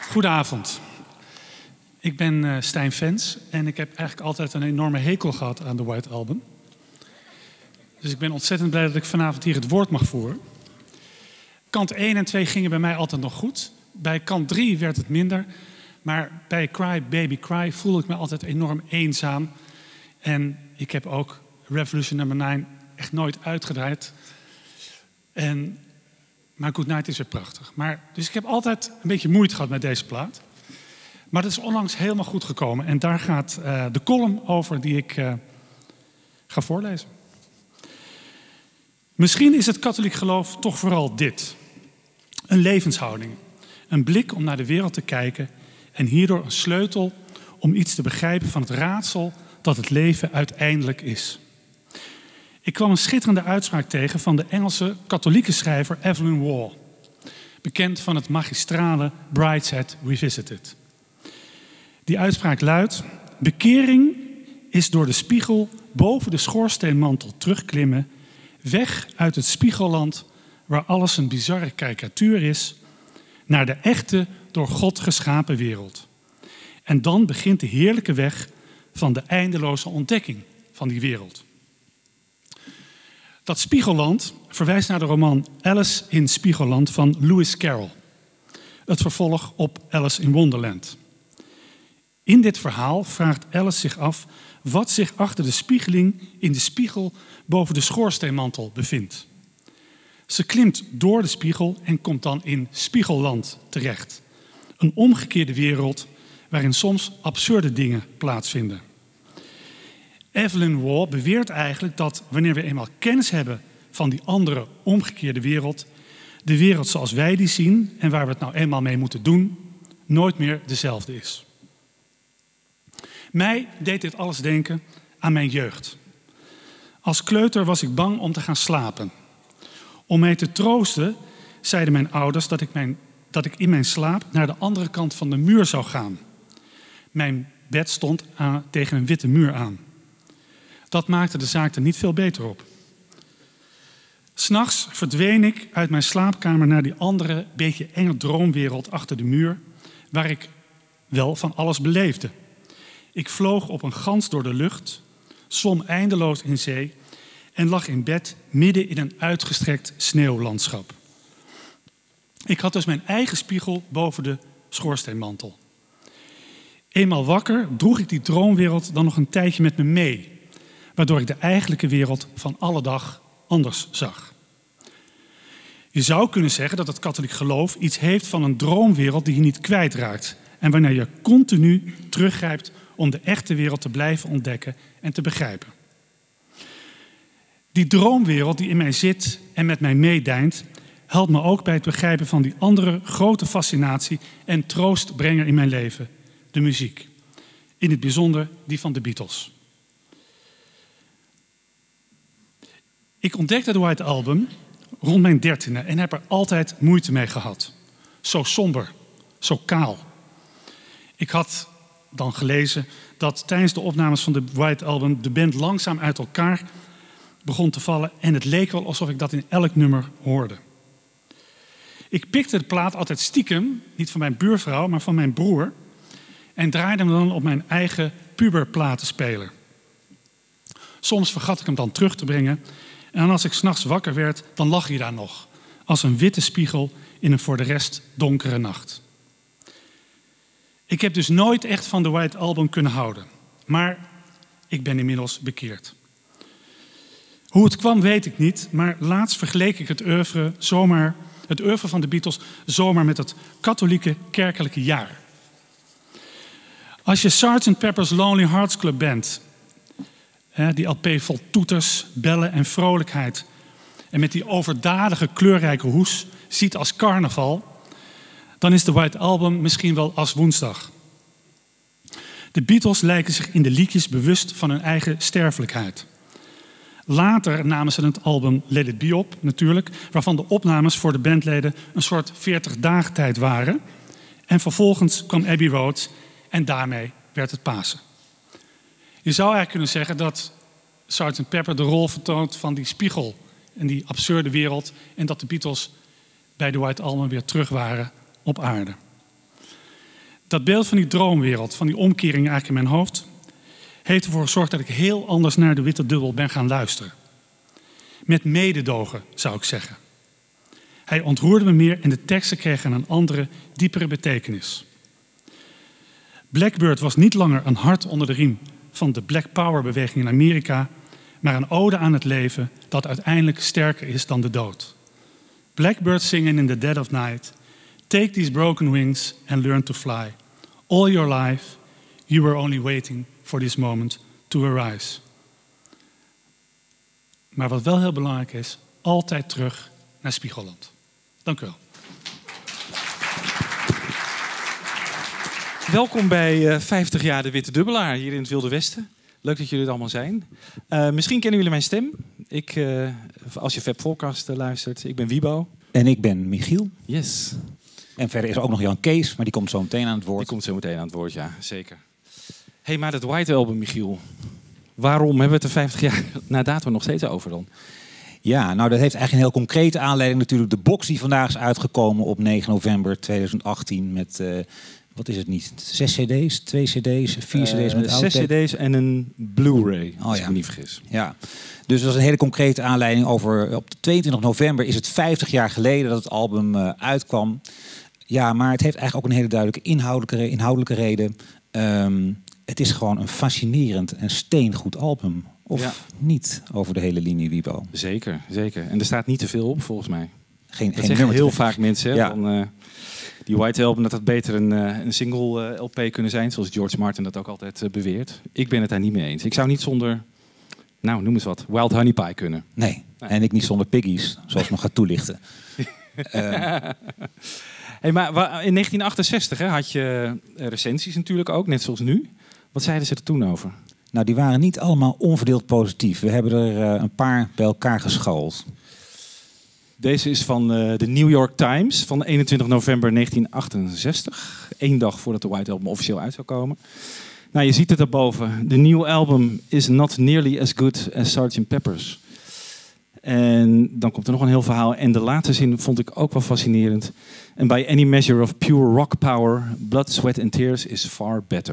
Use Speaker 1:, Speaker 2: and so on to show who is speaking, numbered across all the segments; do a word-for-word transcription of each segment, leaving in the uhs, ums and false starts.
Speaker 1: Goedenavond. Ik ben uh, Stijn Vens en ik heb eigenlijk altijd een enorme hekel gehad aan de White Album. Dus ik ben ontzettend blij dat ik vanavond hier het woord mag voeren. Kant één en twee gingen bij mij altijd nog goed. Bij kant drie werd het minder. Maar bij Cry Baby Cry voelde ik me altijd enorm eenzaam. En ik heb ook Revolution nummer negen echt nooit uitgedraaid. En, maar Good Night is weer prachtig. Maar, dus ik heb altijd een beetje moeite gehad met deze plaat. Maar dat is onlangs helemaal goed gekomen. En daar gaat uh, de column over die ik uh, ga voorlezen. Misschien is het katholiek geloof toch vooral dit. Een levenshouding. Een blik om naar de wereld te kijken. En hierdoor een sleutel om iets te begrijpen van het raadsel dat het leven uiteindelijk is. Ik kwam een schitterende uitspraak tegen van de Engelse katholieke schrijver Evelyn Waugh. Bekend van het magistrale Brideshead Revisited. Die uitspraak luidt: bekering is door de spiegel boven de schoorsteenmantel terugklimmen, weg uit het spiegelland waar alles een bizarre karikatuur is, naar de echte, door God geschapen wereld. En dan begint de heerlijke weg van de eindeloze ontdekking van die wereld. Dat spiegelland verwijst naar de roman Alice in Spiegelland van Lewis Carroll. Het vervolg op Alice in Wonderland. In dit verhaal vraagt Alice zich af wat zich achter de spiegeling in de spiegel boven de schoorsteenmantel bevindt. Ze klimt door de spiegel en komt dan in Spiegelland terecht. Een omgekeerde wereld waarin soms absurde dingen plaatsvinden. Evelyn Waugh beweert eigenlijk dat wanneer we eenmaal kennis hebben van die andere omgekeerde wereld, de wereld zoals wij die zien en waar we het nou eenmaal mee moeten doen, nooit meer dezelfde is. Mij deed dit alles denken aan mijn jeugd. Als kleuter was ik bang om te gaan slapen. Om mij te troosten zeiden mijn ouders dat ik, mijn, dat ik in mijn slaap naar de andere kant van de muur zou gaan. Mijn bed stond aan, tegen een witte muur aan. Dat maakte de zaak er niet veel beter op. 'S'nachts verdween ik uit mijn slaapkamer naar die andere, beetje enge droomwereld achter de muur, waar ik wel van alles beleefde. Ik vloog op een gans door de lucht, zwom eindeloos in zee en lag in bed midden in een uitgestrekt sneeuwlandschap. Ik had dus mijn eigen spiegel boven de schoorsteenmantel. Eenmaal wakker droeg ik die droomwereld dan nog een tijdje met me mee, waardoor ik de eigenlijke wereld van alle dag anders zag. Je zou kunnen zeggen dat het katholiek geloof iets heeft van een droomwereld die je niet kwijtraakt en wanneer je continu teruggrijpt om de echte wereld te blijven ontdekken en te begrijpen. Die droomwereld die in mij zit en met mij meedijnt, helpt me ook bij het begrijpen van die andere grote fascinatie en troostbrenger in mijn leven, de muziek. In het bijzonder die van de Beatles. Ik ontdekte de White Album rond mijn dertiende en heb er altijd moeite mee gehad. Zo somber, zo kaal. Ik had dan gelezen dat tijdens de opnames van de White Album de band langzaam uit elkaar begon te vallen en het leek wel alsof ik dat in elk nummer hoorde. Ik pikte de plaat altijd stiekem, niet van mijn buurvrouw, maar van mijn broer, en draaide hem dan op mijn eigen puberplatenspeler. Soms vergat ik hem dan terug te brengen en als ik 's nachts wakker werd, dan lag hij daar nog, als een witte spiegel in een voor de rest donkere nacht. Ik heb dus nooit echt van de White Album kunnen houden, maar ik ben inmiddels bekeerd. Hoe het kwam weet ik niet, maar laatst vergeleek ik het oeuvre, zomaar, het oeuvre van de Beatles zomaar met het katholieke kerkelijke jaar. Als je sergeant Pepper's Lonely Hearts Club Band, die L P vol toeters, bellen en vrolijkheid, en met die overdadige kleurrijke hoes ziet als carnaval, dan is de White Album misschien wel als woensdag. De Beatles lijken zich in de liedjes bewust van hun eigen sterfelijkheid. Later namen ze het album Let It Be op, natuurlijk, waarvan de opnames voor de bandleden een soort veertig dagen tijd waren. En vervolgens kwam Abbey Road en daarmee werd het Pasen. Je zou eigenlijk kunnen zeggen dat sergeant Pepper de rol vertoont van die spiegel en die absurde wereld en dat de Beatles bij de White Album weer terug waren op aarde. Dat beeld van die droomwereld, van die omkering eigenlijk in mijn hoofd, heeft ervoor gezorgd dat ik heel anders naar de Witte Dubbel ben gaan luisteren. Met mededogen, zou ik zeggen. Hij ontroerde me meer en de teksten kregen een andere, diepere betekenis. Blackbird was niet langer een hart onder de riem van de Black Power-beweging in Amerika, maar een ode aan het leven dat uiteindelijk sterker is dan de dood. Blackbird singing in the dead of night, take these broken wings and learn to fly. All your life, you were only waiting for this moment to arise. Maar wat wel heel belangrijk is, altijd terug naar Spiegelland. Dank u wel.
Speaker 2: Welkom bij uh, vijftig jaar de Witte Dubbelaar hier in het Wilde Westen. Leuk dat jullie er allemaal zijn. Uh, misschien kennen jullie mijn stem. Ik, uh, als je Fab Forecast uh, luistert, ik ben Wiebo.
Speaker 3: En ik ben Michiel.
Speaker 2: Yes.
Speaker 3: En verder is er ook nog Jan Kees, maar die komt zo meteen aan het woord.
Speaker 2: Die komt zo meteen aan het woord, ja, zeker. Hé, hey, maar dat White Album, Michiel. Waarom hebben we het er vijftig jaar na dato nog steeds over dan?
Speaker 3: Ja, nou dat heeft eigenlijk een heel concrete aanleiding. Natuurlijk de box die vandaag is uitgekomen op negen november tweeduizend achttien met... Uh, Wat is het niet? Zes cd's, twee cd's, vier cd's met
Speaker 2: uh, Zes cd's en een Blu-ray, als
Speaker 3: oh,
Speaker 2: ik
Speaker 3: ja.
Speaker 2: me niet vergis.
Speaker 3: Ja, dus dat was een hele concrete aanleiding over... Op tweeëntwintig november is het vijftig jaar geleden dat het album uh, uitkwam. Ja, maar het heeft eigenlijk ook een hele duidelijke inhoudelijke, inhoudelijke reden. Um, het is gewoon een fascinerend en steengoed album. Of ja. niet, over de hele linie, Wiebo?
Speaker 2: Zeker, zeker. En er staat niet te veel op, volgens mij.
Speaker 3: Geen,
Speaker 2: dat
Speaker 3: geen
Speaker 2: zeggen
Speaker 3: nummer
Speaker 2: heel vaak mensen, hè,
Speaker 3: ja.
Speaker 2: van... Uh, Die White Album, dat had beter een, een single L P kunnen zijn, zoals George Martin dat ook altijd beweert. Ik ben het daar niet mee eens. Ik zou niet zonder, nou noem eens wat, Wild Honey Pie kunnen.
Speaker 3: Nee, nee. En ik niet zonder Piggies, zoals ik nog ga toelichten. uh.
Speaker 2: Hey, maar in negentien achtenzestig hè, had je recensies natuurlijk ook, net zoals nu. Wat zeiden ze er toen over?
Speaker 3: Nou, die waren niet allemaal onverdeeld positief. We hebben er uh, een paar bij elkaar gescharreld.
Speaker 2: Deze is van uh, de New York Times van eenentwintig november negentien achtenzestig. Eén dag voordat de White Album officieel uit zou komen. Nou, je ziet het daarboven. The new album is not nearly as good as sergeant Pepper's. En dan komt er nog een heel verhaal. En de laatste zin vond ik ook wel fascinerend. And by any measure of pure rock power, Blood, Sweat and Tears is far better.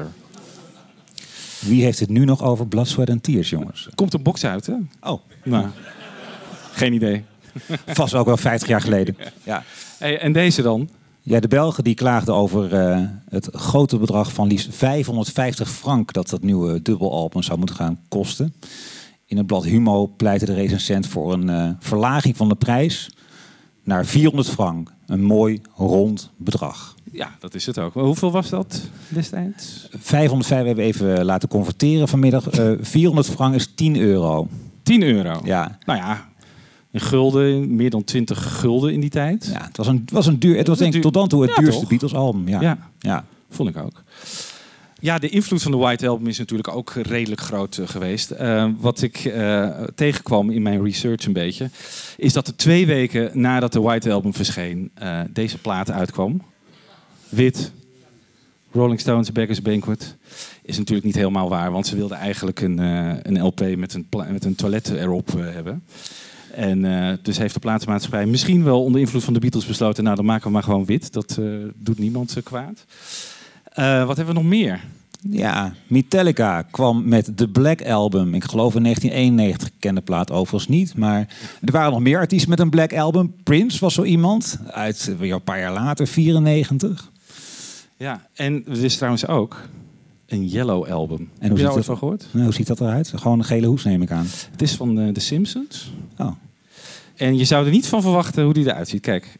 Speaker 3: Wie heeft het nu nog over Blood, Sweat and Tears, jongens?
Speaker 2: Komt een box uit, hè?
Speaker 3: Oh.
Speaker 2: Nou, geen idee.
Speaker 3: Vast ook wel vijftig jaar geleden. Ja.
Speaker 2: Hey, en deze dan?
Speaker 3: Ja, de Belgen die klaagden over uh, het grote bedrag van liefst vijfhonderdvijftig frank... dat dat nieuwe dubbelalbum zou moeten gaan kosten. In het blad Humo pleitte de recensent voor een uh, verlaging van de prijs naar vierhonderd frank. Een mooi, rond bedrag.
Speaker 2: Ja, dat is het ook. Hoeveel was dat destijds?
Speaker 3: vijfhonderdvijf hebben we even laten converteren vanmiddag. Uh, vierhonderd frank is tien euro.
Speaker 2: tien euro?
Speaker 3: Ja.
Speaker 2: Nou ja... In gulden, meer dan twintig gulden in die tijd.
Speaker 3: Ja, het was een, het was een duur. Het was denk ik tot dan toe het ja, duurste Beatles album. Ja.
Speaker 2: Ja.
Speaker 3: ja,
Speaker 2: vond ik ook. Ja, de invloed van de White Album is natuurlijk ook redelijk groot uh, geweest. Uh, wat ik uh, tegenkwam in mijn research een beetje, is dat er twee weken nadat de White Album verscheen, uh, deze plaat uitkwam. Wit. Rolling Stones, Beggars Banquet. Is natuurlijk niet helemaal waar, want ze wilden eigenlijk een, uh, een L P met een, pla- met een toilet erop uh, hebben. En uh, dus heeft de platenmaatschappij misschien wel onder invloed van de Beatles besloten... nou, dan maken we maar gewoon wit. Dat uh, doet niemand uh, kwaad. Uh, wat hebben we nog meer?
Speaker 3: Ja, Metallica kwam met The Black Album. Ik geloof in negentien eenennegentig. Ik ken de plaat overigens niet. Maar er waren nog meer artiesten met een Black Album. Prince was zo iemand. Uit uh, een paar jaar later, vierennegentig.
Speaker 2: Ja, en er is trouwens ook een Yellow Album.
Speaker 3: En
Speaker 2: Heb je daar
Speaker 3: ooit
Speaker 2: van gehoord?
Speaker 3: Nou, hoe ziet dat eruit? Gewoon een gele hoes, neem ik aan.
Speaker 2: Het is van uh, The Simpsons.
Speaker 3: Oh.
Speaker 2: En je zou er niet van verwachten hoe die eruit ziet. Kijk.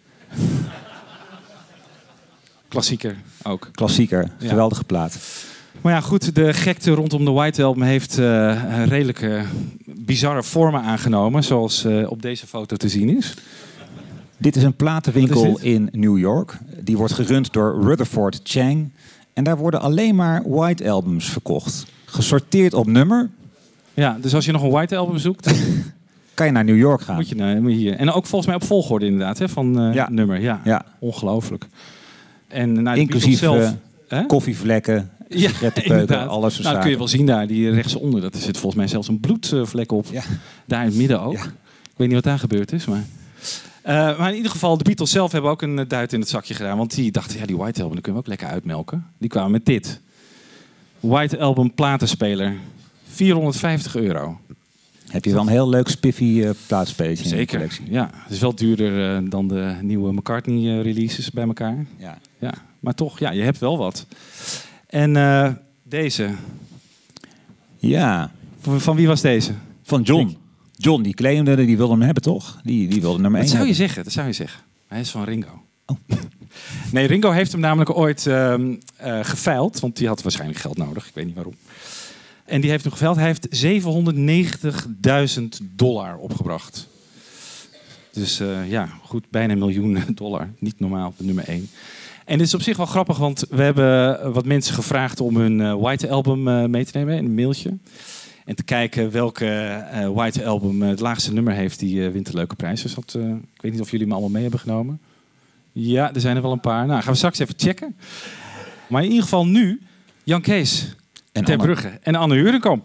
Speaker 2: Klassieker ook.
Speaker 3: Klassieker.
Speaker 2: Ja.
Speaker 3: Geweldige plaat.
Speaker 2: Maar ja, goed. De gekte rondom de White Album heeft uh, redelijke bizarre vormen aangenomen. Zoals uh, op deze foto te zien is.
Speaker 3: Dit is een platenwinkel
Speaker 2: is
Speaker 3: in New York. Die wordt gerund door Rutherford Chang. En daar worden alleen maar White Albums verkocht. Gesorteerd op nummer.
Speaker 2: Ja, dus als je nog een White Album zoekt...
Speaker 3: kan je naar New York gaan.
Speaker 2: Moet je naar moet je hier. En ook volgens mij op volgorde inderdaad, hè, van uh,
Speaker 3: ja.
Speaker 2: nummer. Ja,
Speaker 3: ja.
Speaker 2: Ongelooflijk. En nou,
Speaker 3: inclusief
Speaker 2: zelf,
Speaker 3: uh, koffievlekken,
Speaker 2: ja,
Speaker 3: sigarettenpeuken, alles
Speaker 2: Nou,
Speaker 3: soort
Speaker 2: dat kun je
Speaker 3: zaken.
Speaker 2: wel zien daar, die rechtsonder. Dat zit volgens mij zelfs een bloedvlek op.
Speaker 3: Ja.
Speaker 2: Daar in het midden ook.
Speaker 3: Ja.
Speaker 2: Ik weet niet wat daar gebeurd is, maar... Uh, maar in ieder geval, de Beatles zelf hebben ook een duit in het zakje gedaan. Want die dachten, ja, die White Album, die kunnen we ook lekker uitmelken. Die kwamen met dit. White Album platenspeler. vierhonderdvijftig euro.
Speaker 3: Heb je wel een heel leuk spiffy uh, plaatspelertje in de
Speaker 2: Zeker,
Speaker 3: collectie.
Speaker 2: ja. Het is wel duurder uh, dan de nieuwe McCartney-releases bij elkaar.
Speaker 3: Ja.
Speaker 2: Ja. Maar toch, ja, je hebt wel wat. En uh, deze.
Speaker 3: Ja.
Speaker 2: Van, van wie was deze?
Speaker 3: Van John. John, die claimde, die wilde hem hebben, toch? Die, die wilde nummer één
Speaker 2: Dat zou je
Speaker 3: hebben.
Speaker 2: zeggen, dat zou je zeggen. Hij is van Ringo.
Speaker 3: Oh.
Speaker 2: Nee, Ringo heeft hem namelijk ooit uh, uh, geveild. Want die had waarschijnlijk geld nodig. Ik weet niet waarom. En die heeft hem geveild. Hij heeft zevenhonderdnegentigduizend dollar opgebracht. Dus uh, ja, goed, bijna een miljoen dollar. Niet normaal, de nummer één. En dit is op zich wel grappig, want we hebben wat mensen gevraagd om hun uh, White Album uh, mee te nemen in een mailtje. En te kijken welke uh, White Album uh, het laagste nummer heeft, die uh, wint een leuke prijs. Dus dat, uh, ik weet niet of jullie me allemaal mee hebben genomen. Ja, er zijn er wel een paar. Nou, gaan we straks even checken. Maar in ieder geval nu, Jan Kees
Speaker 3: En
Speaker 2: ter
Speaker 3: Anne.
Speaker 2: Brugge en Anne Hurenkamp.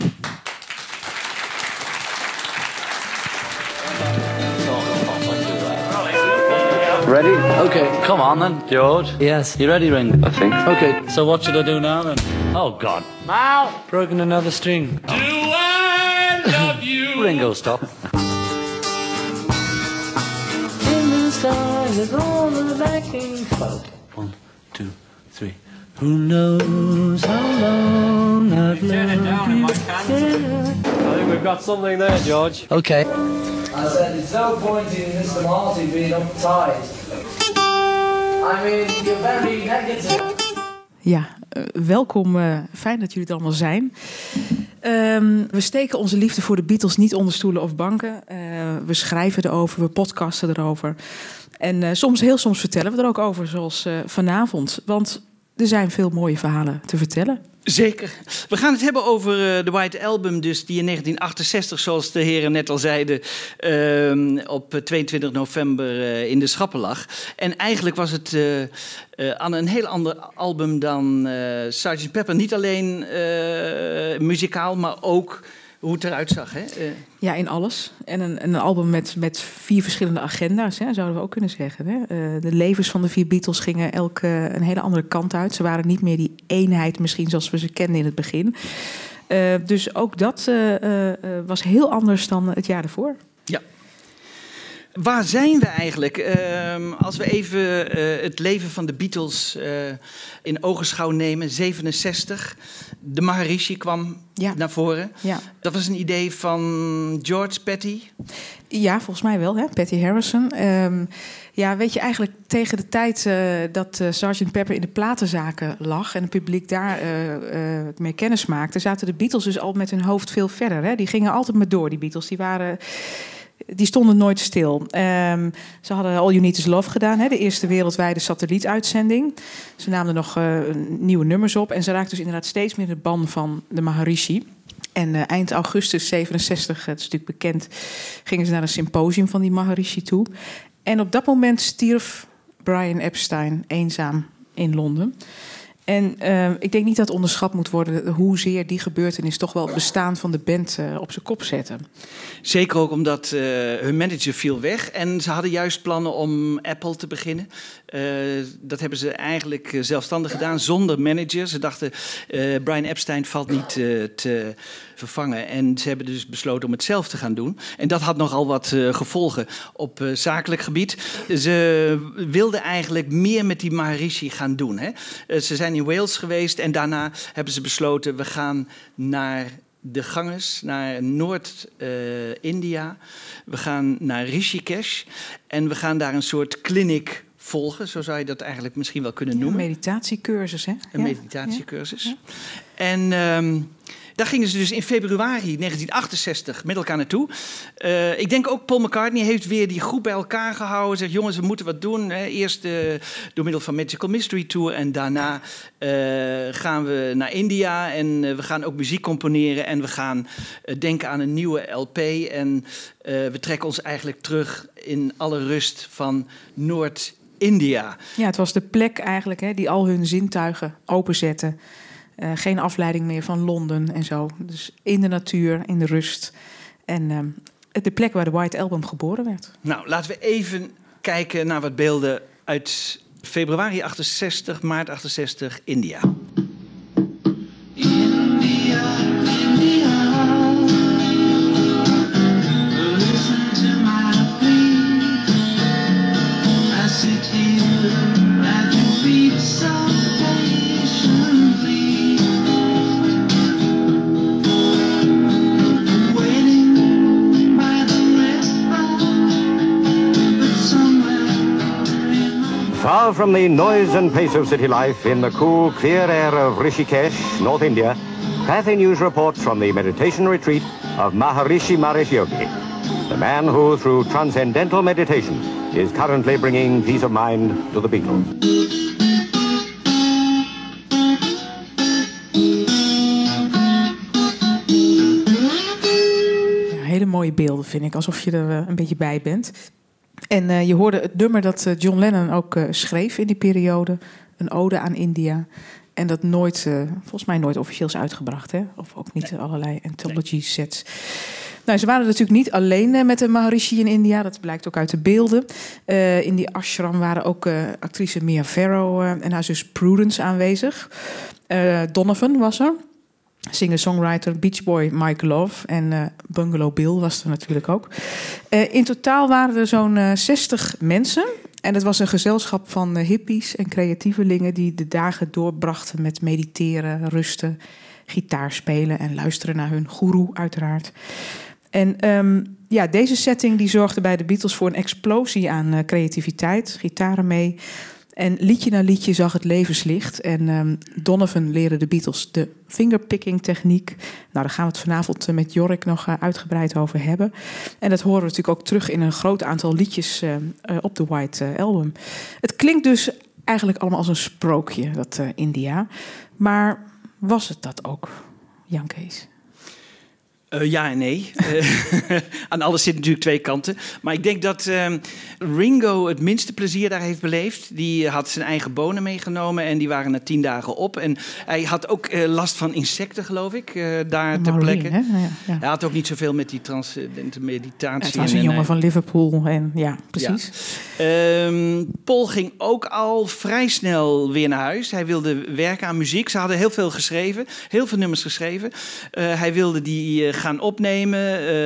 Speaker 4: Ready? Okay, come on then, George.
Speaker 5: Yes.
Speaker 4: You ready, Ringo?
Speaker 5: I think.
Speaker 4: Okay, so what should I do now then? Oh, God. Mal!
Speaker 5: Broken another string.
Speaker 4: Do I love you? Ringo, stop.
Speaker 5: In the stars and all the backing.
Speaker 4: One, two, three. Who knows how long I've loved you?
Speaker 5: I think we've got something there, George.
Speaker 4: Okay.
Speaker 6: I said, there's no point in Mister Marty being uptight. I mean, you're very negative.
Speaker 7: Ja, uh, welkom. Uh, fijn dat jullie er allemaal zijn. Um, we steken onze liefde voor de Beatles niet onder stoelen of banken. Uh, we schrijven erover, we podcasten erover. En uh, soms, heel soms vertellen we er ook over, zoals uh, vanavond. Want er zijn veel mooie verhalen te vertellen.
Speaker 8: Zeker. We gaan het hebben over uh, de White Album, dus die in negentien achtenzestig, zoals de heren net al zeiden, uh, op tweeëntwintig november uh, in de schappen lag. En eigenlijk was het uh, uh, aan een heel ander album dan uh, sergeant Pepper. Niet alleen uh, muzikaal, maar ook hoe het eruit zag. Hè? Uh,
Speaker 7: Ja, in alles. En een, een album met, met vier verschillende agenda's, hè, zouden we ook kunnen zeggen. Hè. Uh, de levens van de vier Beatles gingen elk uh, een hele andere kant uit. Ze waren niet meer die eenheid misschien zoals we ze kenden in het begin. Uh, dus ook dat uh, uh, was heel anders dan het jaar ervoor.
Speaker 8: Ja. Waar zijn we eigenlijk? Uh, als we even uh, het leven van de Beatles uh, in ogenschouw nemen. zevenenzestig. De Maharishi kwam
Speaker 7: Ja.
Speaker 8: naar voren.
Speaker 7: Ja.
Speaker 8: Dat was een idee van George, Patty.
Speaker 7: Ja, volgens mij wel, hè? Patty Harrison. Um, ja, weet je, eigenlijk tegen de tijd uh, dat uh, sergeant Pepper in de platenzaken lag en het publiek daar uh, uh, mee kennis maakte, zaten de Beatles dus al met hun hoofd veel verder. Hè? Die gingen altijd maar door, die Beatles. Die waren... Die stonden nooit stil. Um, ze hadden All You Need Is Love gedaan, hè, de eerste wereldwijde satellietuitzending. Ze namen nog uh, nieuwe nummers op en ze raakten dus inderdaad steeds meer in de ban van de Maharishi. En uh, eind augustus zevenenzestig, het is natuurlijk bekend, gingen ze naar een symposium van die Maharishi toe. En op dat moment stierf Brian Epstein eenzaam in Londen. En uh, ik denk niet dat onderschat moet worden hoezeer die gebeurtenis toch wel het bestaan van de band uh, op zijn kop zetten.
Speaker 8: Zeker ook omdat uh, hun manager viel weg. En ze hadden juist plannen om Apple te beginnen. Uh, dat hebben ze eigenlijk uh, zelfstandig gedaan, zonder manager. Ze dachten, uh, Brian Epstein valt niet uh, te vervangen. En ze hebben dus besloten om het zelf te gaan doen. En dat had nogal wat uh, gevolgen op uh, zakelijk gebied. Ze wilden eigenlijk meer met die Maharishi gaan doen. Hè? Uh, ze zijn in Wales geweest en daarna hebben ze besloten, we gaan naar de Ganges, naar Noord-India. Uh, we gaan naar Rishikesh en we gaan daar een soort clinic volgen, zo zou je dat eigenlijk misschien wel kunnen noemen.
Speaker 7: Ja, een meditatiecursus, hè?
Speaker 8: Een
Speaker 7: ja.
Speaker 8: meditatiecursus.
Speaker 7: Ja.
Speaker 8: En um, daar gingen ze dus in februari negentien achtenzestig met elkaar naartoe. Uh, ik denk ook Paul McCartney heeft weer die groep bij elkaar gehouden. Zegt, jongens, we moeten wat doen. Hè. Eerst uh, door middel van Magical Mystery Tour. En daarna uh, gaan we naar India. En uh, we gaan ook muziek componeren. En we gaan uh, denken aan een nieuwe L P. En uh, we trekken ons eigenlijk terug in alle rust van Noord-India.
Speaker 7: Ja, het was de plek eigenlijk, hè, die al hun zintuigen openzette. Uh, geen afleiding meer van Londen en zo. Dus in de natuur, in de rust. En uh, de plek waar de White Album geboren werd.
Speaker 8: Nou, laten we even kijken naar wat beelden uit februari achtenzestig, maart achtenzestig, India.
Speaker 5: India, India, listen to my plea. I sit here at your feet so patiently, waiting by the river, but somewhere in my
Speaker 9: Far from the noise and pace of city life, in the cool, clear air of Rishikesh, North India, Kathy News reports from the meditation retreat of Maharishi Mahesh Yogi, the man who, through transcendental meditation, is currently bringing peace of mind to the Beatles.
Speaker 7: Ja, hele mooie beelden, vind ik. Alsof je er uh, een beetje bij bent. En uh, je hoorde het nummer dat uh, John Lennon ook uh, schreef in die periode. Een ode aan India. En dat nooit, uh, volgens mij nooit officieel is uitgebracht. Hè? Of ook niet nee. allerlei anthology sets. Nou, ze waren natuurlijk niet alleen uh, met de Maharishi in India. Dat blijkt ook uit de beelden. Uh, in die ashram waren ook uh, actrice Mia Farrow uh, en haar zus Prudence aanwezig. Uh, Donovan was er. Singer-songwriter, Beach Boy Mike Love en uh, Bungalow Bill was er natuurlijk ook. Uh, in totaal waren er zo'n uh, zestig mensen. En het was een gezelschap van uh, hippies en creatievelingen die de dagen doorbrachten met mediteren, rusten, gitaar spelen en luisteren naar hun goeroe uiteraard. En um, ja, deze setting die zorgde bij de Beatles voor een explosie aan uh, creativiteit, gitaren mee. En liedje na liedje zag het levenslicht. En um, Donovan leerde de Beatles de fingerpicking techniek. Nou, daar gaan we het vanavond uh, met Jorik nog uh, uitgebreid over hebben. En dat horen we natuurlijk ook terug in een groot aantal liedjes uh, uh, op de White uh, Album. Het klinkt dus eigenlijk allemaal als een sprookje, dat uh, India. Maar was het dat ook, Jan Kees?
Speaker 8: Uh, ja en nee. Uh, aan alles zitten natuurlijk twee kanten. Maar ik denk dat uh, Ringo het minste plezier daar heeft beleefd. Die had zijn eigen bonen meegenomen en die waren na tien dagen op. En hij had ook uh, last van insecten, geloof ik, uh, daar ter plekke. Ja, ja. Hij had ook niet zoveel met die transcendente meditatie. Ja,
Speaker 7: het was een en, jongen uh, van Liverpool. En, ja, precies.
Speaker 8: Ja. Um, Paul ging ook al vrij snel weer naar huis. Hij wilde werken aan muziek. Ze hadden heel veel geschreven, heel veel nummers geschreven. Uh, hij wilde die uh, gaan opnemen.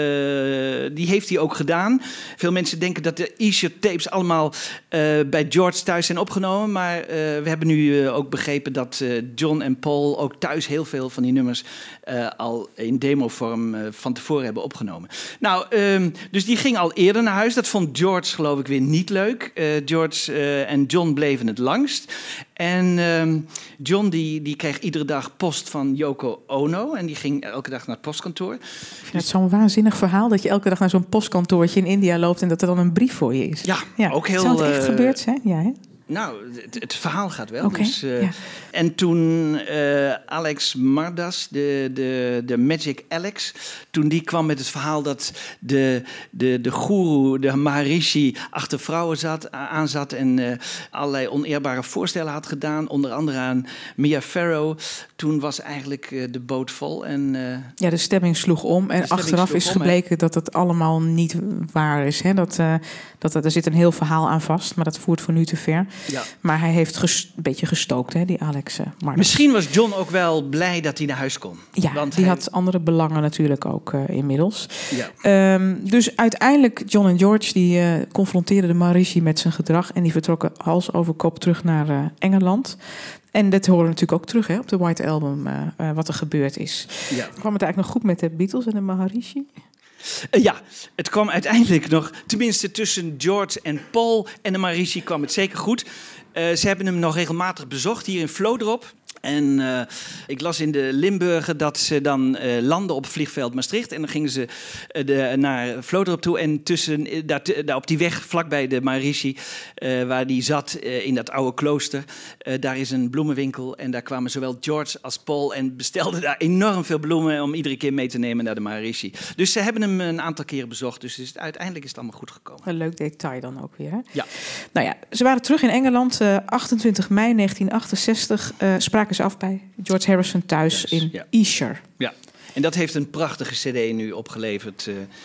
Speaker 8: Uh, die heeft hij ook gedaan. Veel mensen denken dat de Esher tapes allemaal uh, bij George thuis zijn opgenomen. Maar uh, we hebben nu uh, ook begrepen dat uh, John en Paul ook thuis heel veel van die nummers uh, al in demovorm uh, van tevoren hebben opgenomen. Nou, um, dus die ging al eerder naar huis. Dat vond George, geloof ik, weer niet leuk. Uh, George uh, en John bleven het langst. En um, John die, die kreeg iedere dag post van Yoko Ono. En die ging elke dag naar het postkantoor.
Speaker 7: Ik vind het zo'n waanzinnig verhaal dat je elke dag naar zo'n postkantoortje in India loopt en dat er dan een brief voor je is.
Speaker 8: Ja, ja. Ook heel...
Speaker 7: Zou het echt uh, gebeurd zijn? Ja, hè?
Speaker 8: Nou, het, het verhaal gaat wel.
Speaker 7: Okay,
Speaker 8: dus, uh,
Speaker 7: ja.
Speaker 8: En toen uh, Alex Mardas, de, de, de Magic Alex, toen die kwam met het verhaal dat de, de, de goeroe, de Maharishi, achter vrouwen zat, aan zat en uh, allerlei oneerbare voorstellen had gedaan, onder andere aan Mia Farrow. Toen was eigenlijk uh, de boot vol. En, uh,
Speaker 7: ja, de stemming sloeg om. En achteraf is gebleken om, dat het allemaal niet waar is. Hè? Dat, uh, dat, er zit een heel verhaal aan vast, maar dat voert voor nu te ver.
Speaker 8: Ja.
Speaker 7: Maar hij heeft ges- een beetje gestookt, hè, die Alex. Uh,
Speaker 8: Misschien was John ook wel blij dat hij naar huis kon.
Speaker 7: Ja,
Speaker 8: want
Speaker 7: die
Speaker 8: hij...
Speaker 7: had andere belangen natuurlijk ook uh, inmiddels. Ja. Um, dus uiteindelijk, John en George, die uh, confronteerden de Maharishi met zijn gedrag en die vertrokken hals over kop terug naar uh, Engeland. En dat horen we natuurlijk ook terug, hè, op de White Album, uh, uh, wat er gebeurd is. Ja. Kwam het eigenlijk nog goed met de Beatles en de Maharishi?
Speaker 8: Uh, ja, het kwam uiteindelijk nog, tenminste tussen George en Paul en de Maharishi kwam het zeker goed. Uh, ze hebben hem nog regelmatig bezocht hier in Vlodrop. En uh, ik las in de Limburger dat ze dan uh, landden op vliegveld Maastricht. En dan gingen ze uh, de, naar Vlodrop toe. En tussen, uh, daar, daar op die weg vlakbij de Maharishi, uh, waar die zat uh, in dat oude klooster, uh, daar is een bloemenwinkel. En daar kwamen zowel George als Paul en bestelden daar enorm veel bloemen om iedere keer mee te nemen naar de Maharishi. Dus ze hebben hem een aantal keren bezocht. Dus is het, uiteindelijk is het allemaal goed gekomen.
Speaker 7: Een leuk detail dan ook weer, hè?
Speaker 8: Ja.
Speaker 7: Nou ja, ze waren terug in Engeland. Uh, achtentwintig mei negentien achtenzestig uh, spraken ze af bij George Harrison thuis yes, in ja. Esher.
Speaker 8: Ja, en dat heeft een prachtige cd nu opgeleverd. Uh,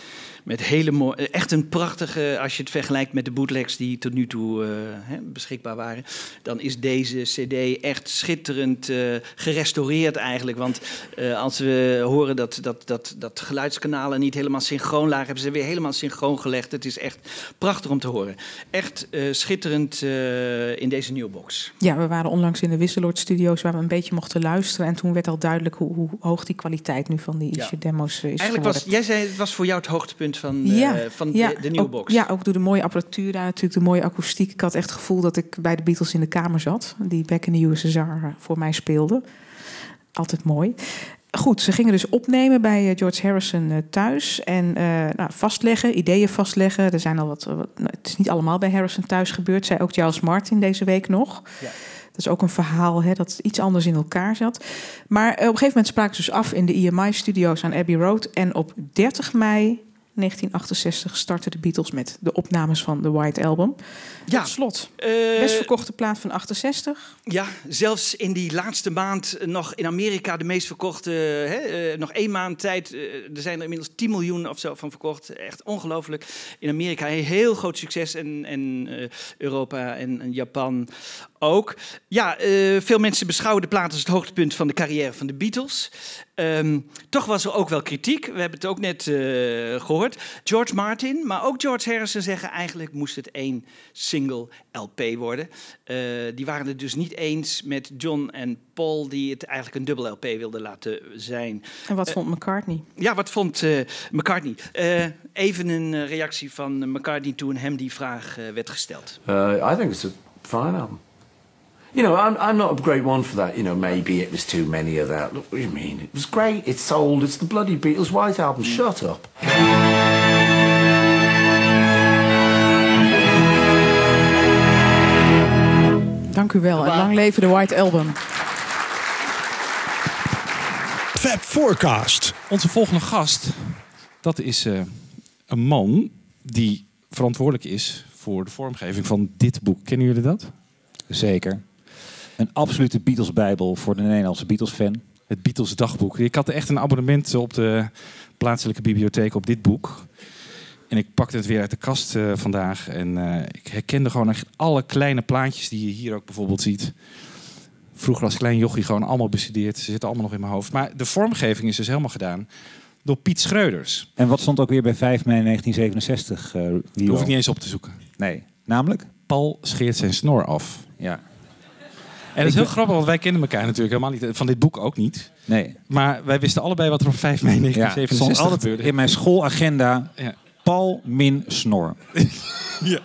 Speaker 8: met hele mooie, echt een prachtige, als je het vergelijkt met de bootlegs die tot nu toe uh, hè, beschikbaar waren, dan is deze cd echt schitterend uh, gerestaureerd eigenlijk. Want uh, als we horen dat, dat, dat, dat geluidskanalen niet helemaal synchroon lagen, hebben ze weer helemaal synchroon gelegd. Het is echt prachtig om te horen. Echt uh, schitterend uh, in deze nieuwe box.
Speaker 7: Ja, we waren onlangs in de Wisseloord Studio's waar we een beetje mochten luisteren. En toen werd al duidelijk hoe, hoe hoog die kwaliteit nu van die
Speaker 8: Ja.
Speaker 7: issue-demo's is
Speaker 8: Eigenlijk
Speaker 7: geworden.
Speaker 8: was, jij zei, het was voor jou het hoogtepunt van, uh,
Speaker 7: Ja,
Speaker 8: van
Speaker 7: ja,
Speaker 8: de, de nieuwe
Speaker 7: ook,
Speaker 8: box.
Speaker 7: Ja, ook door de mooie apparatuur daar natuurlijk, de mooie akoestiek. Ik had echt het gevoel dat ik bij de Beatles in de kamer zat. Die Back in the U S S R voor mij speelde. Altijd mooi. Goed, ze gingen dus opnemen bij uh, George Harrison uh, thuis. En uh, nou, vastleggen, ideeën vastleggen. Er zijn al wat, wat nou, het is niet allemaal bij Harrison thuis gebeurd. Zei ook Giles Martin deze week nog. Ja. Dat is ook een verhaal, hè, dat iets anders in elkaar zat. Maar uh, op een gegeven moment spraken ze dus af in de E M I-studio's aan Abbey Road. En op dertig mei negentien achtenzestig startten de Beatles met de opnames van de White Album.
Speaker 8: Ja.
Speaker 7: Tot slot,
Speaker 8: Uh,
Speaker 7: best verkochte plaat van achtenzestig.
Speaker 8: Ja, zelfs in die laatste maand nog in Amerika de meest verkochte. Hè, uh, nog één maand tijd. Uh, er zijn er inmiddels tien miljoen of zo van verkocht. Echt ongelooflijk. In Amerika heel groot succes. En, en uh, Europa en, en Japan ook. Ja, uh, veel mensen beschouwen de plaat als het hoogtepunt van de carrière van de Beatles. Um, toch was er ook wel kritiek. We hebben het ook net uh, gehoord. George Martin, maar ook George Harrison zeggen eigenlijk moest het één single L P worden. Uh, die waren het dus niet eens met John en Paul die het eigenlijk een dubbel L P wilden laten zijn.
Speaker 7: En wat
Speaker 8: Uh,
Speaker 7: vond McCartney?
Speaker 8: Ja, wat vond uh, McCartney? Uh, even een uh, reactie van McCartney toen hem die vraag uh, werd gesteld.
Speaker 10: Uh, I think it's a fine album. You know, I'm, I'm not a great one for that. You know, maybe it was too many of that. Look, what do you mean? It was great. It's sold. It's the bloody Beatles White Album. Shut up.
Speaker 7: Dank u wel. En lang leven de White Album.
Speaker 11: Fab Forecast.
Speaker 2: Onze volgende gast, dat is uh, een man die verantwoordelijk is voor de vormgeving van dit boek. Kennen jullie dat?
Speaker 3: Zeker. Een absolute Beatles-bijbel voor de Nederlandse Beatles-fan.
Speaker 2: Het Beatles dagboek. Ik had echt een abonnement op de plaatselijke bibliotheek op dit boek. En ik pakte het weer uit de kast uh, vandaag. En uh, ik herkende gewoon echt alle kleine plaatjes die je hier ook bijvoorbeeld ziet. Vroeger als klein jochie gewoon allemaal bestudeerd. Ze zitten allemaal nog in mijn hoofd. Maar de vormgeving is dus helemaal gedaan door Piet Schreuders.
Speaker 3: En wat stond ook weer bij vijf mei negentien zevenenzestig? Uh,
Speaker 2: Dat hoef ik niet eens op te zoeken.
Speaker 3: Nee, namelijk?
Speaker 2: Paul scheert zijn snor af.
Speaker 3: Ja.
Speaker 2: En dat is heel grappig, want wij kennen elkaar natuurlijk helemaal niet. Van dit boek ook niet.
Speaker 3: Nee.
Speaker 2: Maar wij wisten allebei wat er op vijf mei negentien zevenenzestig
Speaker 3: ja, stond altijd
Speaker 2: gebeurde.
Speaker 3: in mijn schoolagenda.
Speaker 2: Ja.
Speaker 3: Paul min snor.
Speaker 2: Ja.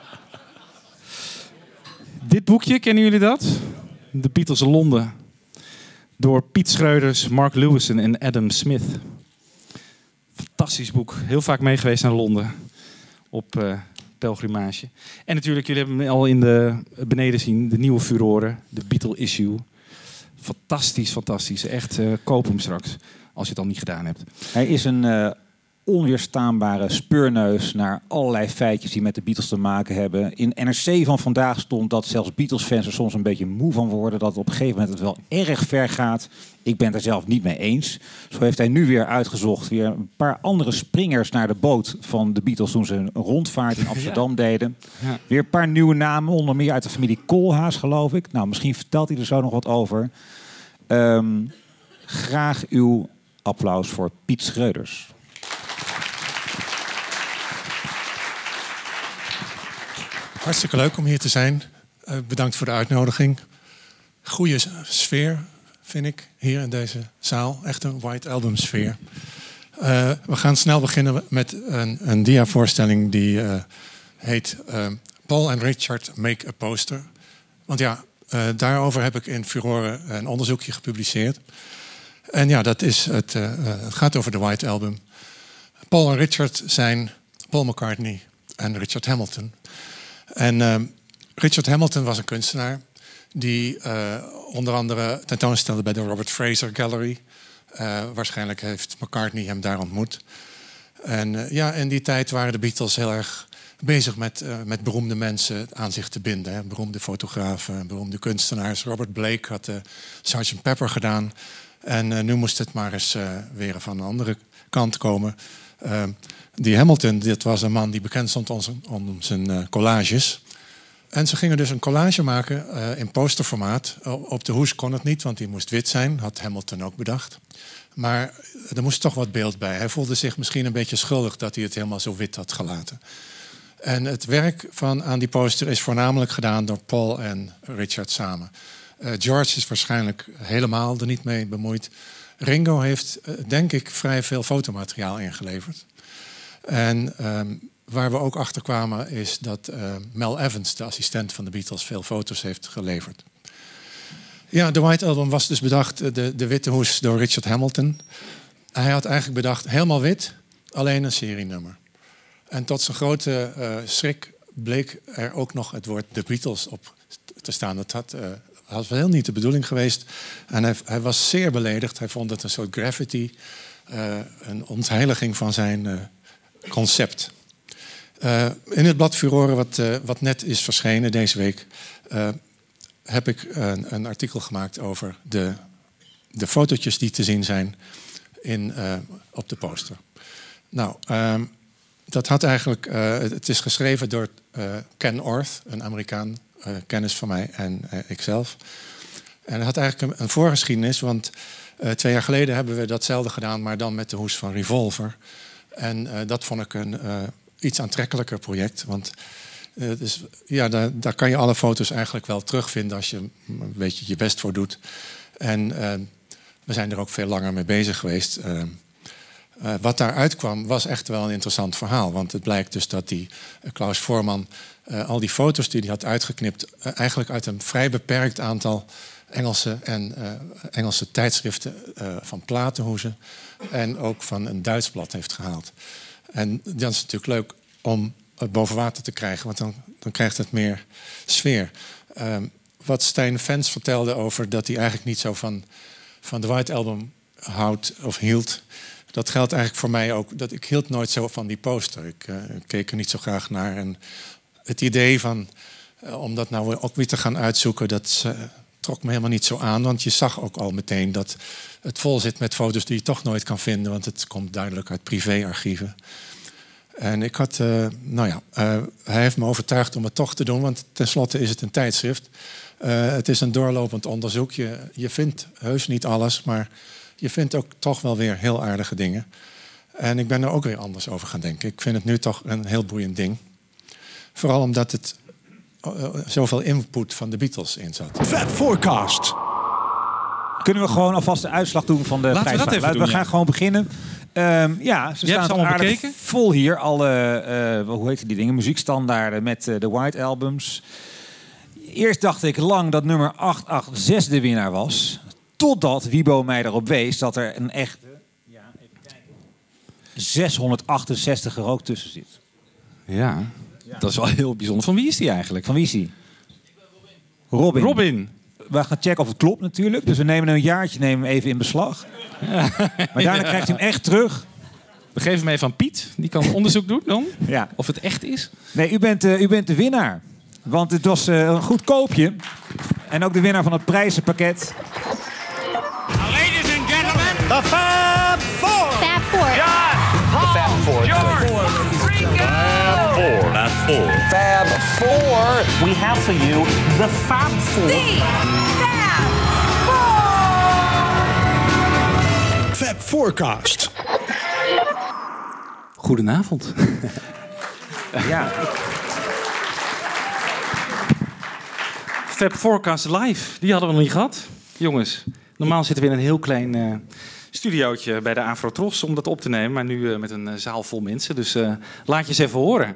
Speaker 2: Dit boekje, kennen jullie dat? De Beatles Londen. Door Piet Schreuders, Mark Lewison en Adam Smith. Fantastisch boek. Heel vaak mee geweest naar Londen. Op uh, pelgrimage. En natuurlijk, jullie hebben hem al in de beneden zien. De nieuwe furoren. De Beatle Issue. Fantastisch, fantastisch. Echt, uh, koop hem straks. Als je het al niet gedaan hebt.
Speaker 3: Hij is een uh, onweerstaanbare speurneus naar allerlei feitjes die met de Beatles te maken hebben. In N R C van vandaag stond dat zelfs Beatles-fans er soms een beetje moe van worden. Dat op een gegeven moment het wel erg ver gaat. Ik ben het er zelf niet mee eens. Zo heeft hij nu weer uitgezocht. Weer een paar andere springers naar de boot van de Beatles toen ze een rondvaart in Amsterdam ja. deden. Ja. Weer een paar nieuwe namen. Onder meer uit de familie Koolhaas, geloof ik. Nou, misschien vertelt hij er zo nog wat over. Um, graag uw applaus voor Piet Schreuders.
Speaker 11: Hartstikke leuk om hier te zijn. Uh, bedankt voor de uitnodiging. Goeie sfeer, vind ik, hier in deze zaal. Echt een White Album sfeer. Uh, we gaan snel beginnen met een, een dia-voorstelling die uh, heet uh, Paul and Richard Make a Poster. Want ja, uh, daarover heb ik in Furore een onderzoekje gepubliceerd. En ja, dat is het, uh, het gaat over de White Album. Paul en Richard zijn Paul McCartney en Richard Hamilton. En uh, Richard Hamilton was een kunstenaar die uh, onder andere tentoonstelde bij de Robert Fraser Gallery. Uh, waarschijnlijk heeft McCartney hem daar ontmoet. En uh, ja, in die tijd waren de Beatles heel erg bezig met, uh, met beroemde mensen aan zich te binden. Hè. Beroemde fotografen, beroemde kunstenaars. Robert Blake had uh, sergeant Pepper gedaan. En uh, nu moest het maar eens uh, weer van een andere kant komen. Uh, die Hamilton, dit was een man die bekend stond om zijn, om zijn uh, collages. En ze gingen dus een collage maken uh, in posterformaat. Op de hoes kon het niet, want die moest wit zijn. Had Hamilton ook bedacht. Maar er moest toch wat beeld bij. Hij voelde zich misschien een beetje schuldig dat hij het helemaal zo wit had gelaten. En het werk van, aan die poster is voornamelijk gedaan door Paul en Richard samen. Uh, George is waarschijnlijk helemaal er niet mee bemoeid. Ringo heeft, uh, denk ik, vrij veel fotomateriaal ingeleverd. En um, waar we ook achter kwamen is dat uh, Mel Evans, de assistent van de Beatles, veel foto's heeft geleverd. Ja, de White Album was dus bedacht, de, de witte hoes, door Richard Hamilton. Hij had eigenlijk bedacht, helemaal wit, alleen een serienummer. En tot zijn grote uh, schrik bleek er ook nog het woord The Beatles op te staan. Dat had, uh, was heel niet de bedoeling geweest. En hij, hij was zeer beledigd. Hij vond het een soort graffiti, uh, een ontheiliging van zijn uh, concept. Uh, in het blad Furore, wat, uh, wat net is verschenen deze week, Uh, heb ik een, een artikel gemaakt over de, de fotootjes die te zien zijn in, uh, op de poster. Nou, um, dat had eigenlijk, uh, het is geschreven door uh, Ken Orth, een Amerikaan, uh, kennis van mij en uh, ikzelf. En het had eigenlijk een, een voorgeschiedenis, want uh, twee jaar geleden hebben we datzelfde gedaan, maar dan met de hoes van Revolver. En uh, dat vond ik een uh, iets aantrekkelijker project, want Uh, dus, ja, daar, daar kan je alle foto's eigenlijk wel terugvinden als je een beetje je best voor doet. En uh, we zijn er ook veel langer mee bezig geweest. Uh, uh, wat daaruit kwam was echt wel een interessant verhaal. Want het blijkt dus dat die uh, Klaus Voorman uh, al die foto's die hij had uitgeknipt Uh, eigenlijk uit een vrij beperkt aantal Engelse en uh, Engelse tijdschriften uh, van platenhoezen en ook van een Duits blad heeft gehaald. En dat is natuurlijk leuk om het boven water te krijgen, want dan, dan krijgt het meer sfeer. Um, wat Stijn Vens vertelde over dat hij eigenlijk niet zo van, van de White Album houdt of hield, dat geldt eigenlijk voor mij ook. Dat ik hield nooit zo van die poster. Ik, uh, ik keek er niet zo graag naar. En het idee van uh, om dat nou ook weer te gaan uitzoeken, dat uh, trok me helemaal niet zo aan. Want je zag ook al meteen dat het vol zit met foto's die je toch nooit kan vinden, want het komt duidelijk uit privéarchieven. En ik had, uh, nou ja, uh, hij heeft me overtuigd om het toch te doen, want tenslotte is het een tijdschrift. Uh, het is een doorlopend onderzoek. Je, je vindt heus niet alles, maar je vindt ook toch wel weer heel aardige dingen. En ik ben er ook weer anders over gaan denken. Ik vind het nu toch een heel boeiend ding. Vooral omdat het uh, zoveel input van de Beatles in zat.
Speaker 12: Fab Forecast.
Speaker 3: Kunnen we gewoon alvast de uitslag doen van de
Speaker 2: Laten we dat even
Speaker 3: prijsvraag?
Speaker 2: doen,
Speaker 3: We gaan
Speaker 2: ja.
Speaker 3: gewoon beginnen. Um, ja, ze
Speaker 2: Je hebt
Speaker 3: staan
Speaker 2: ze allemaal
Speaker 3: aardig
Speaker 2: bekeken?
Speaker 3: vol hier. Alle, uh, hoe heet die dingen? Muziekstandaarden met uh, de White Albums. Eerst dacht ik lang dat nummer acht acht zes de winnaar was. Totdat Wiebo mij erop wees dat er een echte ja, even kijken, zeshonderdachtenzestig er ook tussen zit.
Speaker 2: Ja, dat is wel heel bijzonder. Van wie is die eigenlijk?
Speaker 3: Van wie is die? Robin.
Speaker 2: Robin.
Speaker 3: We gaan checken of het klopt natuurlijk. Dus we nemen een jaartje nemen hem even in beslag. Maar daarna krijgt hij hem echt terug.
Speaker 2: We geven hem even aan Piet. Die kan onderzoek doen dan.
Speaker 3: Ja.
Speaker 2: Of het echt is.
Speaker 3: Nee, u bent, uh, u bent de winnaar. Want het was uh, een goed koopje. En ook de winnaar van het prijzenpakket.
Speaker 12: Ladies and gentlemen, the Fab Four.
Speaker 13: Fab Four.
Speaker 12: John, Paul,
Speaker 14: Fab Four.
Speaker 12: George, Ringo.
Speaker 14: Fab Four. Fab Four. Fab Four.
Speaker 12: We have for you the Fab Four.
Speaker 13: The Fab Four.
Speaker 12: Fab Forecast.
Speaker 2: Goedenavond.
Speaker 3: Ja.
Speaker 2: Fab Forecast Live. Die hadden we nog niet gehad. Jongens, normaal zitten we in een heel klein uh, studiootje bij de Afrotros om dat op te nemen. Maar nu uh, met een uh, zaal vol mensen. Dus uh, laat je eens even horen.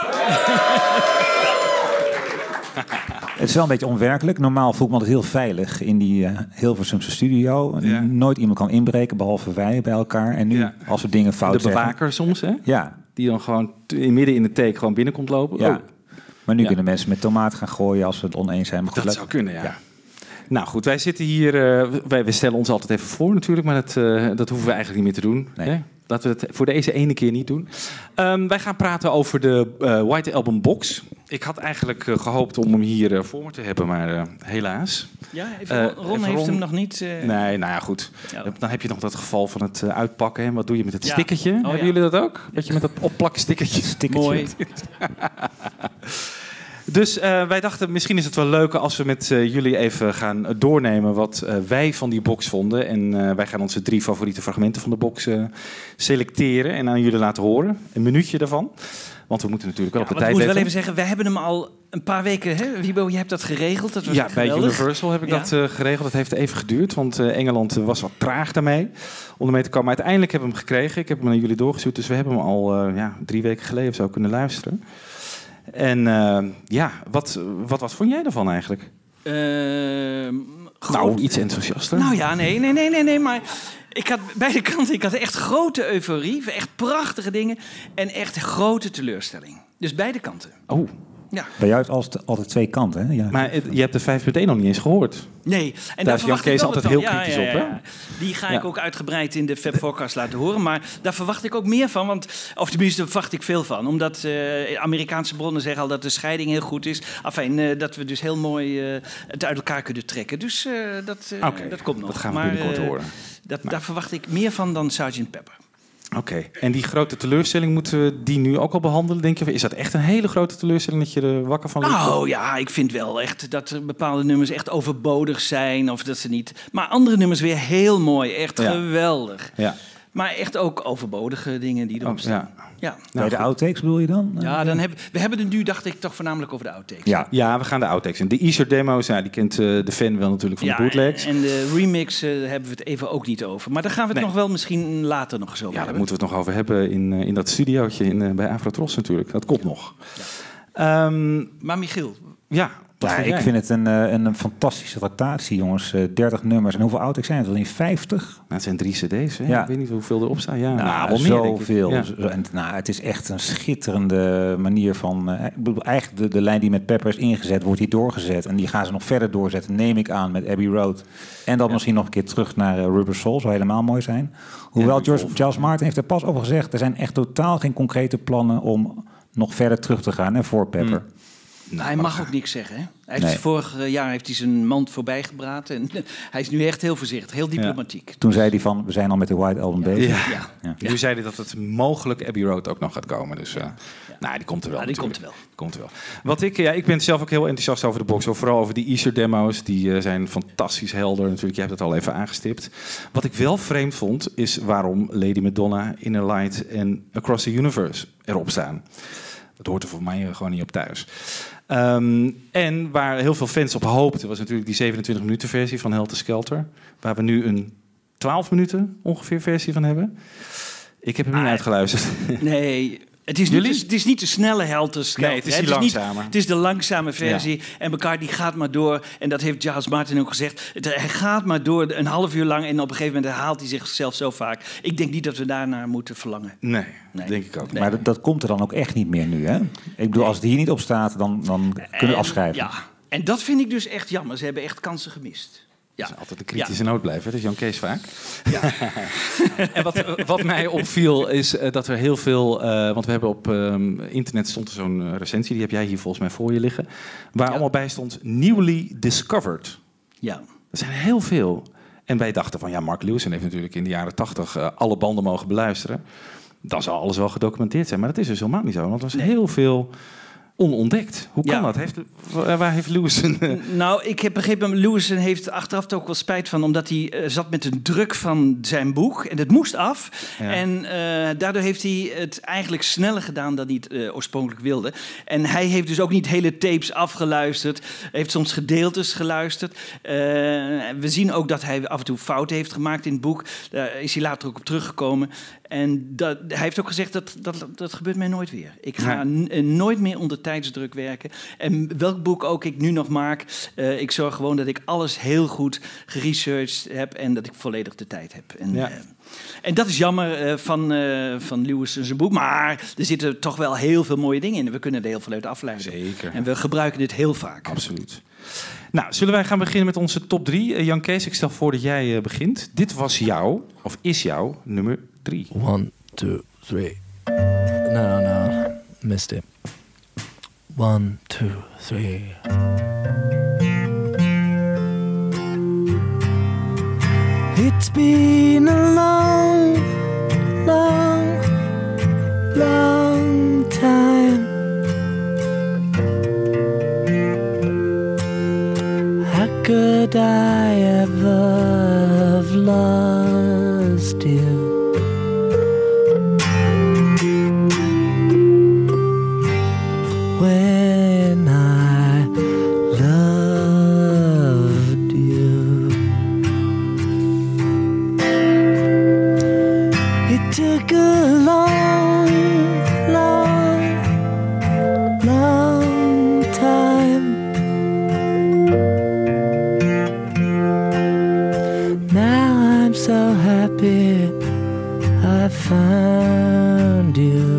Speaker 3: Het is wel een beetje onwerkelijk. Normaal voelt me altijd heel veilig in die uh, Hilversumse studio.
Speaker 2: Ja.
Speaker 3: Nooit iemand kan inbreken, behalve wij bij elkaar. En nu,
Speaker 2: Ja.
Speaker 3: als we dingen fout
Speaker 2: De
Speaker 3: zeggen...
Speaker 2: bewaker soms, hè?
Speaker 3: Ja.
Speaker 2: Die dan gewoon t- in midden in de take gewoon binnenkomt lopen.
Speaker 3: Ja.
Speaker 2: Oh,
Speaker 3: Maar nu
Speaker 2: Ja.
Speaker 3: kunnen mensen met tomaat gaan gooien als we het oneens zijn. Maar goed,
Speaker 2: dat
Speaker 3: laat-
Speaker 2: zou kunnen, ja.
Speaker 3: Ja.
Speaker 2: Nou goed, wij zitten hier... Uh, wij, wij stellen ons altijd even voor natuurlijk, maar dat, uh, dat hoeven we eigenlijk niet meer te doen.
Speaker 3: Nee.
Speaker 2: Hè? Laten we het voor deze ene keer niet doen. Um, wij gaan praten over de uh, White Album box. Ik had eigenlijk uh, gehoopt om hem hier uh, voor me te hebben, maar uh, helaas.
Speaker 8: Ja, even, uh, Ron even heeft Ron... hem nog niet... Uh...
Speaker 2: Nee, nou ja, goed. Ja. Dan heb je nog dat geval van het uh, uitpakken. Hè? Wat doe je met het
Speaker 8: ja.
Speaker 2: stickertje?
Speaker 8: Oh,
Speaker 2: Hebben
Speaker 8: ja.
Speaker 2: jullie dat ook? Weet je, met dat opplakstickertje?
Speaker 3: Stickertje.
Speaker 8: Mooi.
Speaker 2: Dus uh, wij dachten, misschien is het wel leuk als we met uh, jullie even gaan doornemen wat uh, wij van die box vonden. En uh, wij gaan onze drie favoriete fragmenten van de box uh, selecteren en aan jullie laten horen. Een minuutje daarvan. Want we moeten natuurlijk wel
Speaker 8: ja,
Speaker 2: op de tijd
Speaker 8: letten.
Speaker 2: letten.
Speaker 8: Ik moet wel even zeggen, we hebben hem al een paar weken... Hè? Wiebo, je hebt dat geregeld. Dat was
Speaker 2: ja, bij
Speaker 8: geweldig.
Speaker 2: Universal heb ik
Speaker 8: ja.
Speaker 2: dat uh, geregeld. Dat heeft even geduurd, want uh, Engeland uh, was wat traag daarmee om ermee te komen. Maar uiteindelijk hebben we hem gekregen. Ik heb hem naar jullie doorgestuurd, dus we hebben hem al uh, ja, drie weken geleden of zo kunnen luisteren. En uh, ja, wat, wat, wat vond jij ervan eigenlijk?
Speaker 8: Uh,
Speaker 2: nou, iets enthousiaster.
Speaker 8: Nou ja, nee, nee, nee, nee, nee, maar ik had beide kanten. Ik had echt grote euforie, echt prachtige dingen en echt grote teleurstelling. Dus beide kanten.
Speaker 2: Oh.
Speaker 8: Ja.
Speaker 3: Bij jou heeft altijd, altijd twee kanten, hè? Ja.
Speaker 2: Maar het, je hebt de vijf punt één nog niet eens gehoord.
Speaker 8: Nee. En
Speaker 2: daar is Jan Kees altijd heel
Speaker 8: ja,
Speaker 2: kritisch
Speaker 8: ja, ja, ja.
Speaker 2: op, hè?
Speaker 8: Die ga
Speaker 2: ja.
Speaker 8: ik ook uitgebreid in de Fab Forecast laten horen. Maar daar verwacht ik ook meer van. Want, of tenminste, daar verwacht ik veel van. Omdat uh, Amerikaanse bronnen zeggen al dat de scheiding heel goed is. Enfin, uh, dat we dus heel mooi uh, het uit elkaar kunnen trekken. Dus uh, dat, uh,
Speaker 2: okay.
Speaker 8: dat komt nog.
Speaker 2: Dat gaan we
Speaker 8: maar,
Speaker 2: binnenkort
Speaker 8: uh,
Speaker 2: horen.
Speaker 8: Dat,
Speaker 2: nou.
Speaker 8: Daar verwacht ik meer van dan sergeant Pepper.
Speaker 2: Oké, okay. En die grote teleurstelling, moeten we die nu ook al behandelen, denk je? Is dat echt een hele grote teleurstelling dat je er wakker van ligt?
Speaker 8: Nou ja, ik vind wel echt dat er bepaalde nummers echt overbodig zijn. Of dat ze niet... Maar andere nummers weer heel mooi, echt ja. geweldig.
Speaker 2: Ja.
Speaker 8: Maar echt ook overbodige dingen die erop
Speaker 2: oh,
Speaker 8: staan.
Speaker 2: Ja.
Speaker 8: Ja.
Speaker 3: Nou, bij de outtakes bedoel je dan?
Speaker 8: Ja, dan heb, we hebben het nu, dacht ik, toch voornamelijk over de outtakes.
Speaker 2: Ja, ja we gaan de outtakes in. De Easter demo's, ja, die kent uh, de fan wel natuurlijk van
Speaker 8: ja,
Speaker 2: de bootlegs.
Speaker 8: En de remix uh, hebben we het even ook niet over. Maar daar gaan we het
Speaker 2: nee.
Speaker 8: nog wel misschien later nog eens over
Speaker 2: ja,
Speaker 8: hebben.
Speaker 2: Daar moeten we het nog over hebben in, uh, in dat studiootje in, uh, bij Afrotros natuurlijk. Dat komt nog. Ja. Um,
Speaker 8: maar Michiel...
Speaker 2: Ja,
Speaker 3: ja ik vind het een, een, een fantastische tractatie, jongens. Uh, dertig nummers. En hoeveel outtakes zijn het? Wel in vijftig?
Speaker 2: Nou, het zijn drie cd's, hè?
Speaker 3: Ja.
Speaker 2: Ik weet niet hoeveel erop staan. Ja,
Speaker 3: nou,
Speaker 2: nou, wel
Speaker 3: zoveel.
Speaker 2: meer,
Speaker 3: ja. En, nou, het is echt een schitterende manier van... Uh, ik bedoel, eigenlijk de, de lijn die met Pepper is ingezet, wordt hier doorgezet. En die gaan ze nog verder doorzetten, neem ik aan, met Abbey Road. En dan ja. misschien nog een keer terug naar uh, Rubber Soul. Zou helemaal mooi zijn. Hoewel ja, George, Charles Martin heeft er pas over gezegd... er zijn echt totaal geen concrete plannen om nog verder terug te gaan, hè, voor Pepper.
Speaker 8: Hmm. Nou, hij mag ook niks zeggen. Hè? Hij heeft
Speaker 3: nee.
Speaker 8: Vorig jaar heeft hij zijn mand voorbij gebracht. En hij is nu echt heel voorzichtig, heel diplomatiek.
Speaker 3: Ja. Toen zei hij van, we zijn al met de White Album bezig.
Speaker 2: Ja. Ja. Ja. Ja. Nu zei hij dat het mogelijk Abbey Road ook nog gaat komen. Dus uh, ja. nou, die komt er wel.
Speaker 8: Ja, die komt er wel.
Speaker 2: Die komt er wel. Wat ik, ja, ik ben zelf ook heel enthousiast over de box. Vooral over die Easter demo's. Die uh, zijn fantastisch helder. Natuurlijk, je hebt het al even aangestipt. Wat ik wel vreemd vond, is waarom Lady Madonna, Inner Light en Across the Universe erop staan. Dat hoort er voor mij gewoon niet op thuis. Um, en waar heel veel fans op hoopten, was natuurlijk die zevenentwintig minuten versie van Helter Skelter. Waar we nu een twaalf minuten ongeveer versie van hebben. Ik heb hem niet ah, uitgeluisterd.
Speaker 8: Nee, het is, niet de, het is niet de snelle Helter Skelter.
Speaker 2: Nee, het is die
Speaker 8: het is
Speaker 2: langzame.
Speaker 8: Niet, het is de langzame versie. Ja. En McCartney gaat maar door. En dat heeft Charles Martin ook gezegd. Het, hij gaat maar door een half uur lang. En op een gegeven moment herhaalt hij zichzelf zo vaak. Ik denk niet dat we daarnaar moeten verlangen.
Speaker 2: Nee, nee. denk ik ook niet.
Speaker 3: Nee. Maar dat, dat komt er dan ook echt niet meer nu, hè? Ik bedoel, nee. als het hier niet op staat, dan, dan kunnen we afschrijven.
Speaker 8: Ja, en dat vind ik dus echt jammer. Ze hebben echt kansen gemist.
Speaker 2: Ja. Dat is altijd een kritische ja. noot blijven, dat is Jan Kees vaak.
Speaker 8: Ja.
Speaker 2: En wat, wat mij opviel is uh, dat er heel veel... Uh, want we hebben op um, internet stond er zo'n uh, recensie, die heb jij hier volgens mij voor je liggen. Waar ja. allemaal bij stond, newly discovered.
Speaker 8: Ja.
Speaker 2: Dat zijn heel veel. En wij dachten van, ja, Mark Lewisohn heeft natuurlijk in de jaren tachtig uh, alle banden mogen beluisteren. Dan zal alles wel gedocumenteerd zijn. Maar dat is dus helemaal niet zo, want er was nee. heel veel... onontdekt. Hoe kan ja. dat? Heeft, waar heeft Lewisohn... Uh...
Speaker 8: Nou, ik heb begrepen, Lewisohn heeft achteraf ook wel spijt van... omdat hij uh, zat met een druk van zijn boek. En het moest af. Ja. En uh, daardoor heeft hij het eigenlijk sneller gedaan dan hij het uh, oorspronkelijk wilde. En hij heeft dus ook niet hele tapes afgeluisterd. Hij heeft soms gedeeltes geluisterd. Uh, we zien ook dat hij af en toe fouten heeft gemaakt in het boek. Daar is hij later ook op teruggekomen. En dat, hij heeft ook gezegd, dat, dat, dat gebeurt mij nooit weer. Ik ga ja. n- nooit meer onder tijdsdruk werken. En welk boek ook ik nu nog maak... Uh, ik zorg gewoon dat ik alles heel goed geresearched heb... en dat ik volledig de tijd heb. En, ja. uh, en dat is jammer uh, van, uh, van Lewisohn zijn boek. Maar er zitten toch wel heel veel mooie dingen in. En we kunnen er heel veel uit afleiden.
Speaker 2: Zeker.
Speaker 8: En we gebruiken dit heel vaak.
Speaker 2: Absoluut. Nou, zullen wij gaan beginnen met onze top drie? Uh, Jan Kees, ik stel voor dat jij uh, begint. Dit was jouw, of is jouw, nummer drie.
Speaker 4: One, two, three. No, no, missed it. One, two, three. It's been a long, long, long time. How could I ever have lost you? When I loved you, it took a long, long, long time. Now I'm so happy I found you.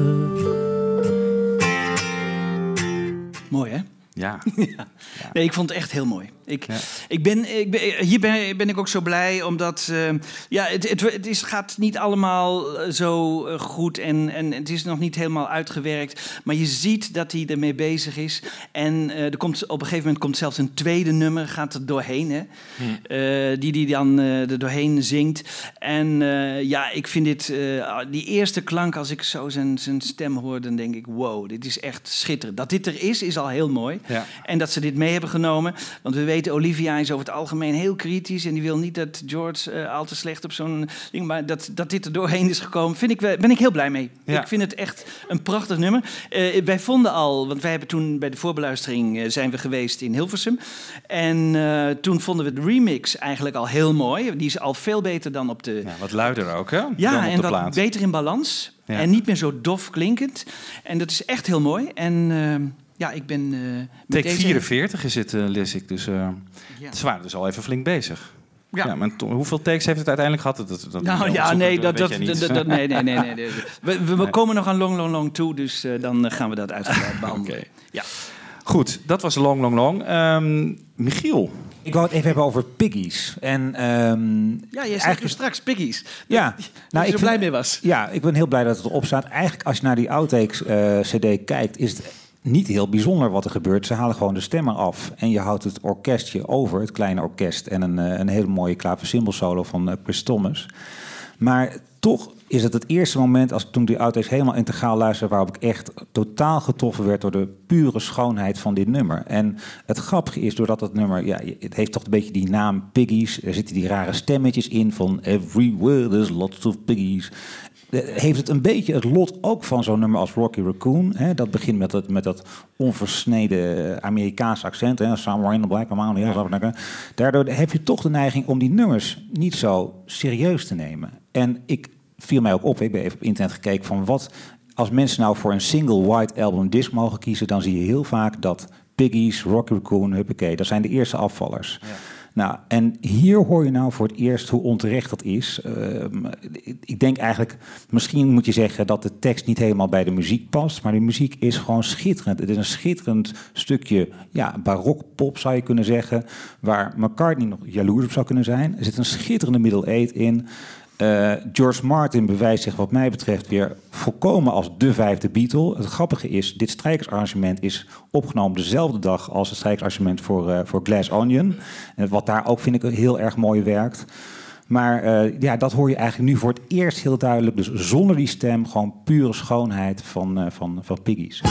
Speaker 8: Mooi, hè?
Speaker 2: Ja.
Speaker 8: ja. Nee, ik vond het echt heel mooi. Ik, ja. ik ben, ik ben, hier ben, ben ik ook zo blij, omdat uh, ja, het, het, het is, gaat niet allemaal zo uh, goed en, en het is nog niet helemaal uitgewerkt. Maar je ziet dat hij ermee bezig is. En uh, er komt, op een gegeven moment komt zelfs een tweede nummer, gaat er doorheen, hè? Hmm. Uh, die die dan uh, er doorheen zingt. En uh, ja, ik vind dit, uh, die eerste klank, als ik zo zijn, zijn stem hoor, dan denk ik, wow, dit is echt schitterend. Dat dit er is, is al heel mooi. Ja. En dat ze dit mee hebben genomen, want we weten, Olivia is over het algemeen heel kritisch en die wil niet dat George uh, al te slecht op zo'n ding, maar dat, dat dit er doorheen is gekomen, vind ik, ben ik heel blij mee. Ja. Ik vind het echt een prachtig nummer. Uh, wij vonden al, want wij hebben toen bij de voorbeluistering uh, zijn we geweest in Hilversum en uh, toen vonden we de remix eigenlijk al heel mooi. Die is al veel beter dan op de...
Speaker 2: Ja, wat luider ook, hè?
Speaker 8: Ja, en wat
Speaker 2: plaat.
Speaker 8: beter in balans. Ja. En niet meer zo dof klinkend. En dat is echt heel mooi. En... Uh, Ja, ik ben... Uh,
Speaker 2: Take deze... vierenveertig is het, uh, lees ik. Dus uh, ja. Ze waren dus al even flink bezig. Ja. Ja, maar to- hoeveel takes heeft het uiteindelijk gehad? Dat, dat,
Speaker 8: nou ja, nee, dat, dat, dat, dat, nee, nee, nee, nee, nee. We, we, we komen nog aan Long, Long, Long toe, dus uh, dan gaan we dat uitgebreid behandelen. Okay. Ja.
Speaker 2: Goed, dat was Long, Long, Long. Um, Michiel.
Speaker 3: Ik wou het even hebben over Piggies. En, um,
Speaker 8: ja, jij zegt eigenlijk... dus straks Piggies.
Speaker 3: Ja,
Speaker 8: dat
Speaker 3: nou,
Speaker 8: je
Speaker 3: ik
Speaker 8: er blij
Speaker 3: vind,
Speaker 8: mee was.
Speaker 3: Ja, ik ben heel blij dat het erop staat. Eigenlijk, als je naar die outtakes uh, cd kijkt, is het niet heel bijzonder wat er gebeurt. Ze halen gewoon de stemmen af. En je houdt het orkestje over, het kleine orkest. En een, een hele mooie klaversymbol-solo van uh, Chris Thomas. Maar toch is het het eerste moment, als ik toen die outtakes helemaal integraal luisterde, waarop ik echt totaal getroffen werd door de pure schoonheid van dit nummer. En het grappige is, doordat het nummer, ja, het heeft toch een beetje die naam Piggies. Er zitten die rare stemmetjes in van everywhere there's lots of piggies. Heeft het een beetje het lot ook van zo'n nummer als Rocky Raccoon. Hè? Dat begint met dat, met dat onversneden Amerikaanse accent. Hè? Somewhere in the Black Mountain. Ja. Daardoor heb je toch de neiging om die nummers niet zo serieus te nemen. En ik viel mij ook op, ik ben even op internet gekeken van wat... Als mensen nou voor een single white album disc mogen kiezen, dan zie je heel vaak dat Piggies, Rocky Raccoon, huppakee, dat zijn de eerste afvallers. Ja. Nou, en hier hoor je nou voor het eerst hoe onterecht dat is. Uh, ik denk eigenlijk, misschien moet je zeggen dat de tekst niet helemaal bij de muziek past, maar de muziek is gewoon schitterend. Het is een schitterend stukje, ja, barokpop zou je kunnen zeggen, waar McCartney nog jaloers op zou kunnen zijn. Er zit een schitterende middle eight in. Uh, George Martin bewijst zich wat mij betreft weer volkomen als de vijfde Beatle. Het grappige is, dit strijkersarrangement is opgenomen dezelfde dag als het strijkersarrangement voor, uh, voor Glass Onion. En wat daar ook, vind ik, heel erg mooi werkt. Maar uh, ja, dat hoor je eigenlijk nu voor het eerst heel duidelijk. Dus zonder die stem, gewoon pure schoonheid van, uh, van, van Piggies.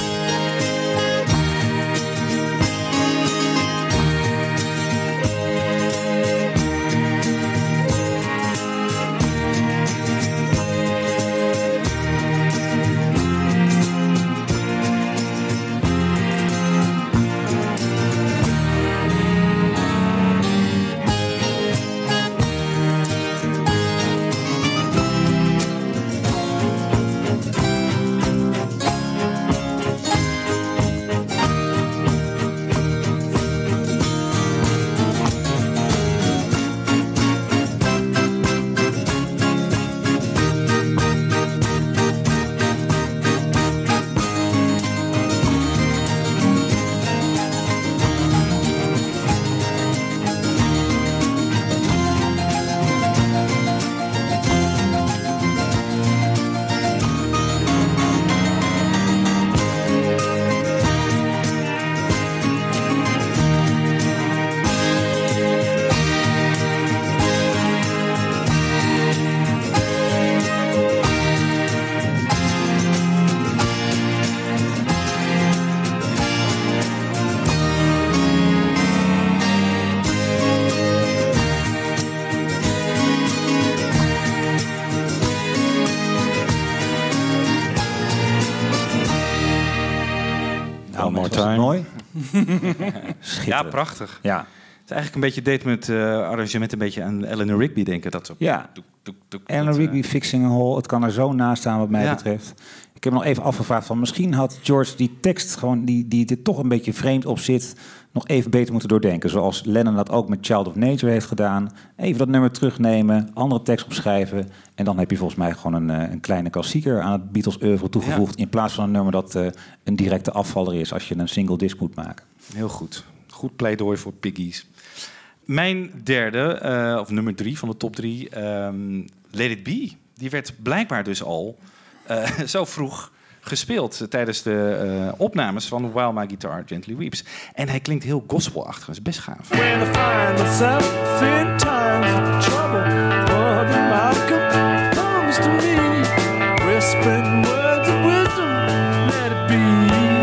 Speaker 3: mooi?
Speaker 2: Ja, prachtig.
Speaker 3: Ja.
Speaker 2: Het is eigenlijk een beetje deed met uh, arrangement een beetje aan Eleanor Rigby denken. Dat zo.
Speaker 3: Ja.
Speaker 2: Doek, doek, doek,
Speaker 3: Eleanor
Speaker 2: dat,
Speaker 3: Rigby,
Speaker 2: uh,
Speaker 3: Fixing a Hole. Het kan er zo naast staan wat mij
Speaker 2: Ja.
Speaker 3: betreft. Ik heb me nog even afgevraagd van misschien had George die tekst gewoon die, die er toch een beetje vreemd op zit nog even beter moeten doordenken. Zoals Lennon dat ook met Child of Nature heeft gedaan. Even dat nummer terugnemen, andere tekst opschrijven en dan heb je volgens mij gewoon een, uh, een kleine klassieker aan het Beatles oeuvre toegevoegd in plaats van een nummer dat uh, een directe afvaller is als je een single disc moet maken.
Speaker 2: Heel goed. Goed pleidooi voor Piggies. Mijn derde, uh, of nummer drie van de top drie, um, Let It Be. Die werd blijkbaar dus al uh, zo vroeg gespeeld uh, tijdens de uh, opnames van While My Guitar Gently Weeps. En hij klinkt heel gospelachtig, dat is best gaaf.
Speaker 12: When I find myself in times of trouble, Brother Malcolm comes to me, whispering words of wisdom, let it be.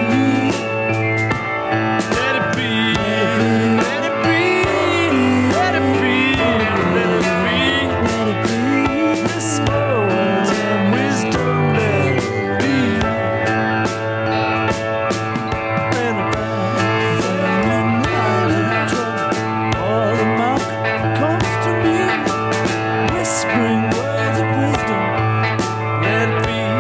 Speaker 12: Let it be, let it be, let it be, let it be, let it be. Whisper words of wisdom, let it be. When I find myself in trouble, all the Malcolm comes to me, whispering words of wisdom, let it be.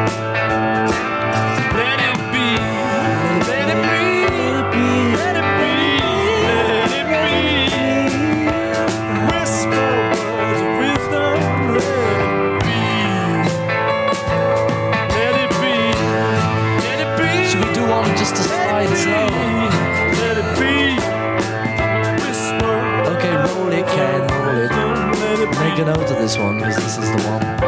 Speaker 12: Let it be, let it be, let it be, let it be. Whisper words of wisdom, let it be. Let it be, let it be.
Speaker 6: Should we do one just to slide slow?
Speaker 12: Let it be. Whisper.
Speaker 6: Okay, roll it, Ken, roll it. Make a note of this one, because this is the one.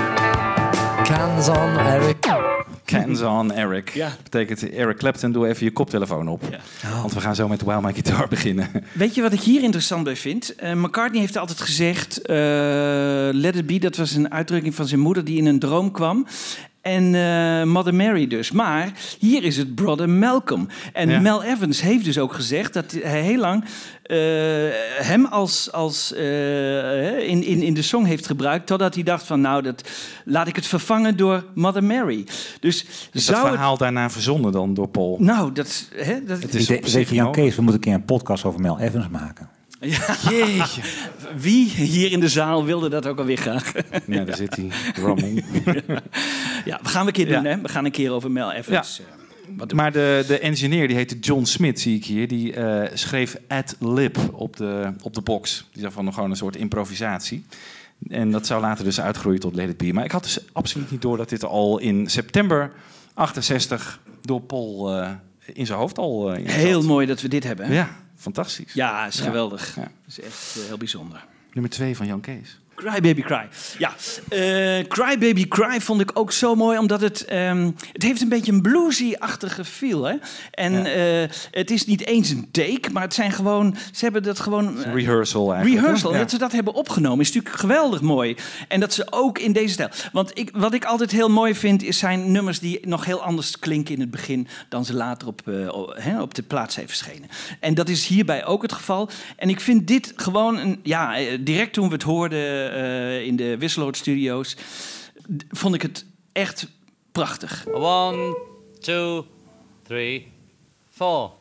Speaker 6: Cans on, Eric.
Speaker 2: Cans on, Eric.
Speaker 8: Ja.
Speaker 2: Betekent Eric Clapton, doe even je koptelefoon op.
Speaker 8: Ja.
Speaker 2: Want we gaan zo met While My Guitar beginnen.
Speaker 8: Weet je wat ik hier interessant bij vind? Uh, McCartney heeft altijd gezegd, uh, let it be, dat was een uitdrukking van zijn moeder die in een droom kwam. En uh, Mother Mary dus. Maar hier is het Brother Malcolm. En
Speaker 2: Ja.
Speaker 8: Mel Evans heeft dus ook gezegd dat hij heel lang uh, hem als, als uh, in, in, in de song heeft gebruikt. Totdat hij dacht van nou, dat, laat ik het vervangen door Mother Mary. Dus
Speaker 2: Is
Speaker 8: zou
Speaker 2: dat
Speaker 8: het...
Speaker 2: verhaal daarna verzonnen dan door Paul?
Speaker 8: Nou, dat... Hè, dat
Speaker 2: Het
Speaker 3: Ik
Speaker 2: is
Speaker 3: denk,
Speaker 2: op
Speaker 3: weet
Speaker 2: zich
Speaker 3: je, Jan
Speaker 2: mogelijk.
Speaker 3: Kees, we moeten een keer een podcast over Mel Evans maken.
Speaker 8: Ja. Jeetje. Wie hier in de zaal wilde dat ook alweer graag?
Speaker 2: Ja, daar zit hij. Ramon.
Speaker 8: Ja, we gaan een keer doen,
Speaker 2: Ja.
Speaker 8: hè? We gaan een keer over Mel Evans.
Speaker 2: Ja.
Speaker 8: uh, wat doen.
Speaker 2: Maar de, de engineer, die heette John Smith, zie ik hier. Die uh, schreef ad-lib op de, op de box. Die is van gewoon een soort improvisatie. En dat zou later dus uitgroeien tot Let It Be. Maar ik had dus absoluut niet door dat dit al in september achtenzestig door Paul uh, in zijn hoofd al uh, in
Speaker 8: Heel
Speaker 2: zat.
Speaker 8: mooi dat we dit hebben.
Speaker 2: Ja, fantastisch.
Speaker 8: Ja, is
Speaker 2: Ja.
Speaker 8: geweldig.
Speaker 2: Ja.
Speaker 8: Is echt uh, heel bijzonder.
Speaker 2: Nummer twee van Jan Kees.
Speaker 8: Cry Baby Cry. Ja, uh, Cry Baby Cry vond ik ook zo mooi, omdat het... Um, het heeft een beetje een bluesy-achtige feel, hè? En
Speaker 2: Ja.
Speaker 8: uh, het is niet eens een take, maar het zijn gewoon... Ze hebben dat gewoon... uh,
Speaker 2: Rehearsal eigenlijk.
Speaker 8: Rehearsal.
Speaker 2: Ja.
Speaker 8: Dat ze dat hebben opgenomen is natuurlijk geweldig mooi. En dat ze ook in deze stijl... Want ik, wat ik altijd heel mooi vind, is zijn nummers die nog heel anders klinken in het begin dan ze later op, uh, hè, op de plaat zijn verschenen. En dat is hierbij ook het geval. En ik vind dit gewoon... Een, ja, direct toen we het hoorden uh, in de Wisseloord Studios, d- vond ik het echt prachtig.
Speaker 15: One, two, three, four.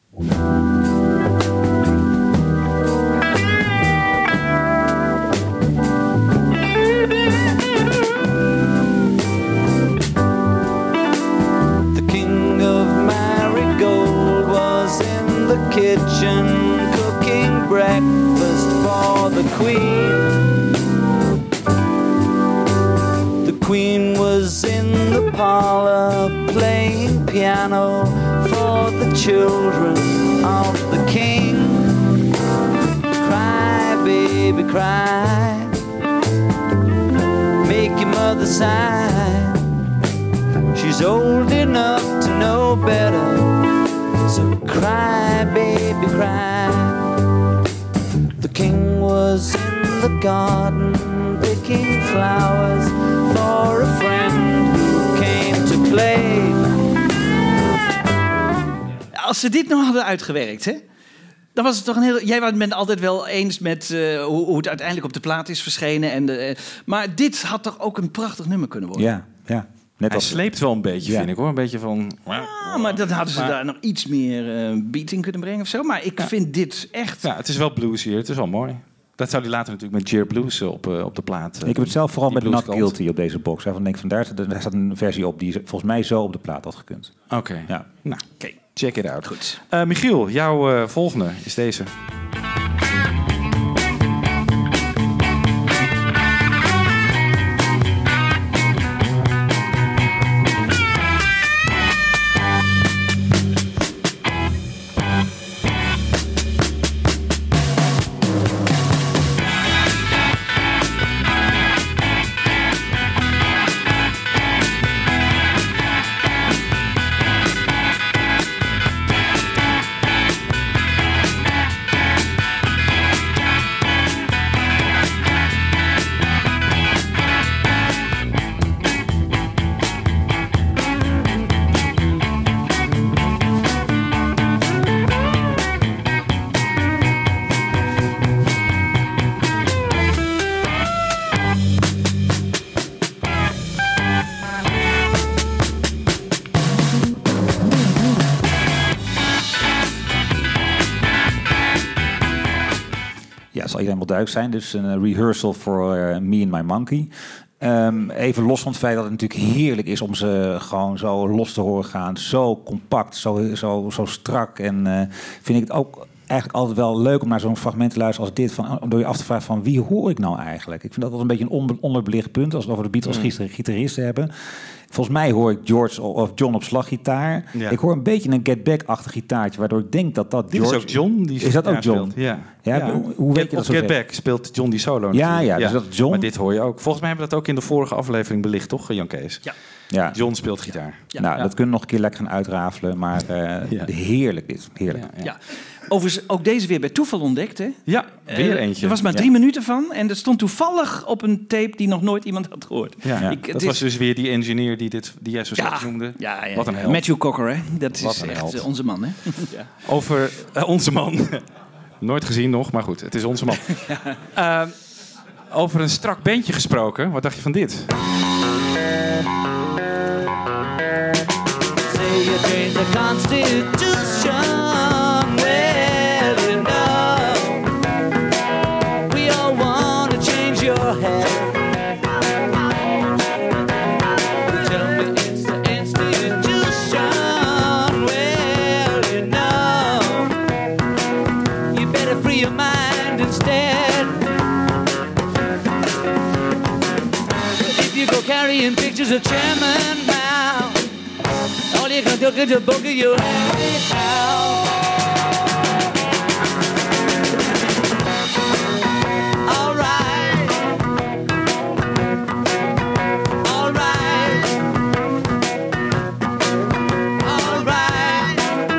Speaker 16: The king of Marigold was in the kitchen cooking breakfast for the queen. The queen was in the parlor playing piano for the children of the king. Cry, baby, cry. Make your mother sigh. She's old enough to know better. So cry, baby, cry. The king was in the garden picking flowers for a friend who came to play.
Speaker 8: Als ze dit nog hadden uitgewerkt, hè? Dan was het toch een heel... Jij bent altijd wel eens met uh, hoe, hoe het uiteindelijk op de plaat is verschenen. En de, uh, maar dit had toch ook een prachtig nummer kunnen worden?
Speaker 3: Ja, ja. Net
Speaker 2: Hij
Speaker 3: als,
Speaker 2: sleept wel een beetje,
Speaker 3: Ja.
Speaker 2: vind ik hoor. Een beetje van...
Speaker 8: Ah, maar dan hadden ze
Speaker 2: Maar-
Speaker 8: daar nog iets meer uh, beat in kunnen brengen of zo. Maar ik
Speaker 2: Ja.
Speaker 8: vind dit echt...
Speaker 2: Ja, het is wel blues hier. Het is wel mooi. Dat zou hij later natuurlijk met Jer Blues eh, op, uh, op de plaat. uh,
Speaker 3: ik heb het zelf vooral
Speaker 2: die
Speaker 3: met Not
Speaker 2: blueskant.
Speaker 3: Guilty op deze box. Hè, van denk van daar, zit- daar staat een versie op die volgens mij zo op de plaat had gekund.
Speaker 2: Oké,
Speaker 3: Ja.
Speaker 2: nou,
Speaker 8: Oké.
Speaker 2: check it out.
Speaker 8: Goed.
Speaker 2: Uh, Michiel, jouw uh, volgende is deze.
Speaker 3: Ja, zal iedereen wel duidelijk zijn. Dus een uh, rehearsal voor uh, Me and My Monkey. Um, even los van het feit dat het natuurlijk heerlijk is om ze gewoon zo los te horen gaan. Zo compact, zo, zo, zo strak. En uh, vind ik het ook eigenlijk altijd wel leuk om naar zo'n fragment te luisteren als dit. Van, door je af te vragen van wie hoor ik nou eigenlijk? Ik vind dat wel een beetje een onbe- onderbelicht punt als we het over de Beatles
Speaker 2: Mm.
Speaker 3: gitar- gitaristen hebben. Volgens mij hoor ik George of John op slaggitaar.
Speaker 2: Ja.
Speaker 3: Ik hoor een beetje een Get Back-achtig gitaartje, waardoor ik denk dat dat
Speaker 2: Dit
Speaker 3: George...
Speaker 2: is ook John. Die
Speaker 3: Is dat ook
Speaker 2: gitaar
Speaker 3: John?
Speaker 2: speelt. Ja.
Speaker 3: Ja,
Speaker 2: Ja.
Speaker 3: hoe- hoe weet je dat
Speaker 2: Op
Speaker 3: zo
Speaker 2: Get
Speaker 3: zeker?
Speaker 2: Back speelt John die solo
Speaker 3: Ja,
Speaker 2: natuurlijk.
Speaker 3: ja, dus dat is John.
Speaker 2: Maar dit hoor je ook. Volgens mij hebben we dat ook in de vorige aflevering belicht, toch, Jan Kees?
Speaker 8: Ja.
Speaker 3: Ja.
Speaker 2: John speelt gitaar.
Speaker 8: Ja.
Speaker 3: Nou,
Speaker 2: Ja.
Speaker 3: dat kunnen we nog een keer lekker gaan uitrafelen. Maar uh,
Speaker 2: Ja.
Speaker 3: heerlijk dit. Heerlijk.
Speaker 2: Ja, ja.
Speaker 8: Ja. Overigens ook deze weer bij toeval ontdekt, hè?
Speaker 2: Ja, weer
Speaker 8: Eh,
Speaker 2: eentje.
Speaker 8: Er was maar
Speaker 3: Ja.
Speaker 8: drie minuten van en dat stond toevallig op een tape die nog nooit iemand had gehoord.
Speaker 2: Ja,
Speaker 3: Ja.
Speaker 8: Ik- het
Speaker 2: dat
Speaker 8: is-
Speaker 2: was dus weer die engineer die, dit, die jij zo straks noemde.
Speaker 8: Ja, ja,
Speaker 2: Wat een
Speaker 8: ja.
Speaker 2: held.
Speaker 8: Matthew Cocker, hè? Dat
Speaker 2: Wat
Speaker 8: is
Speaker 2: een
Speaker 8: echt
Speaker 2: held.
Speaker 8: eh, onze man, hè? ja.
Speaker 2: Over uh, onze man. Nooit gezien nog, maar goed, het is onze man. uh, over een strak bandje gesproken. Wat dacht je van dit?
Speaker 16: Say you change the Constitution. Well, you know, we all want to change your head. You tell me it's the institution. Well, you know, you better free your mind instead. If you go carrying pictures of chairman Mao, all you can do is just boogie your head out. All right. All right. All right.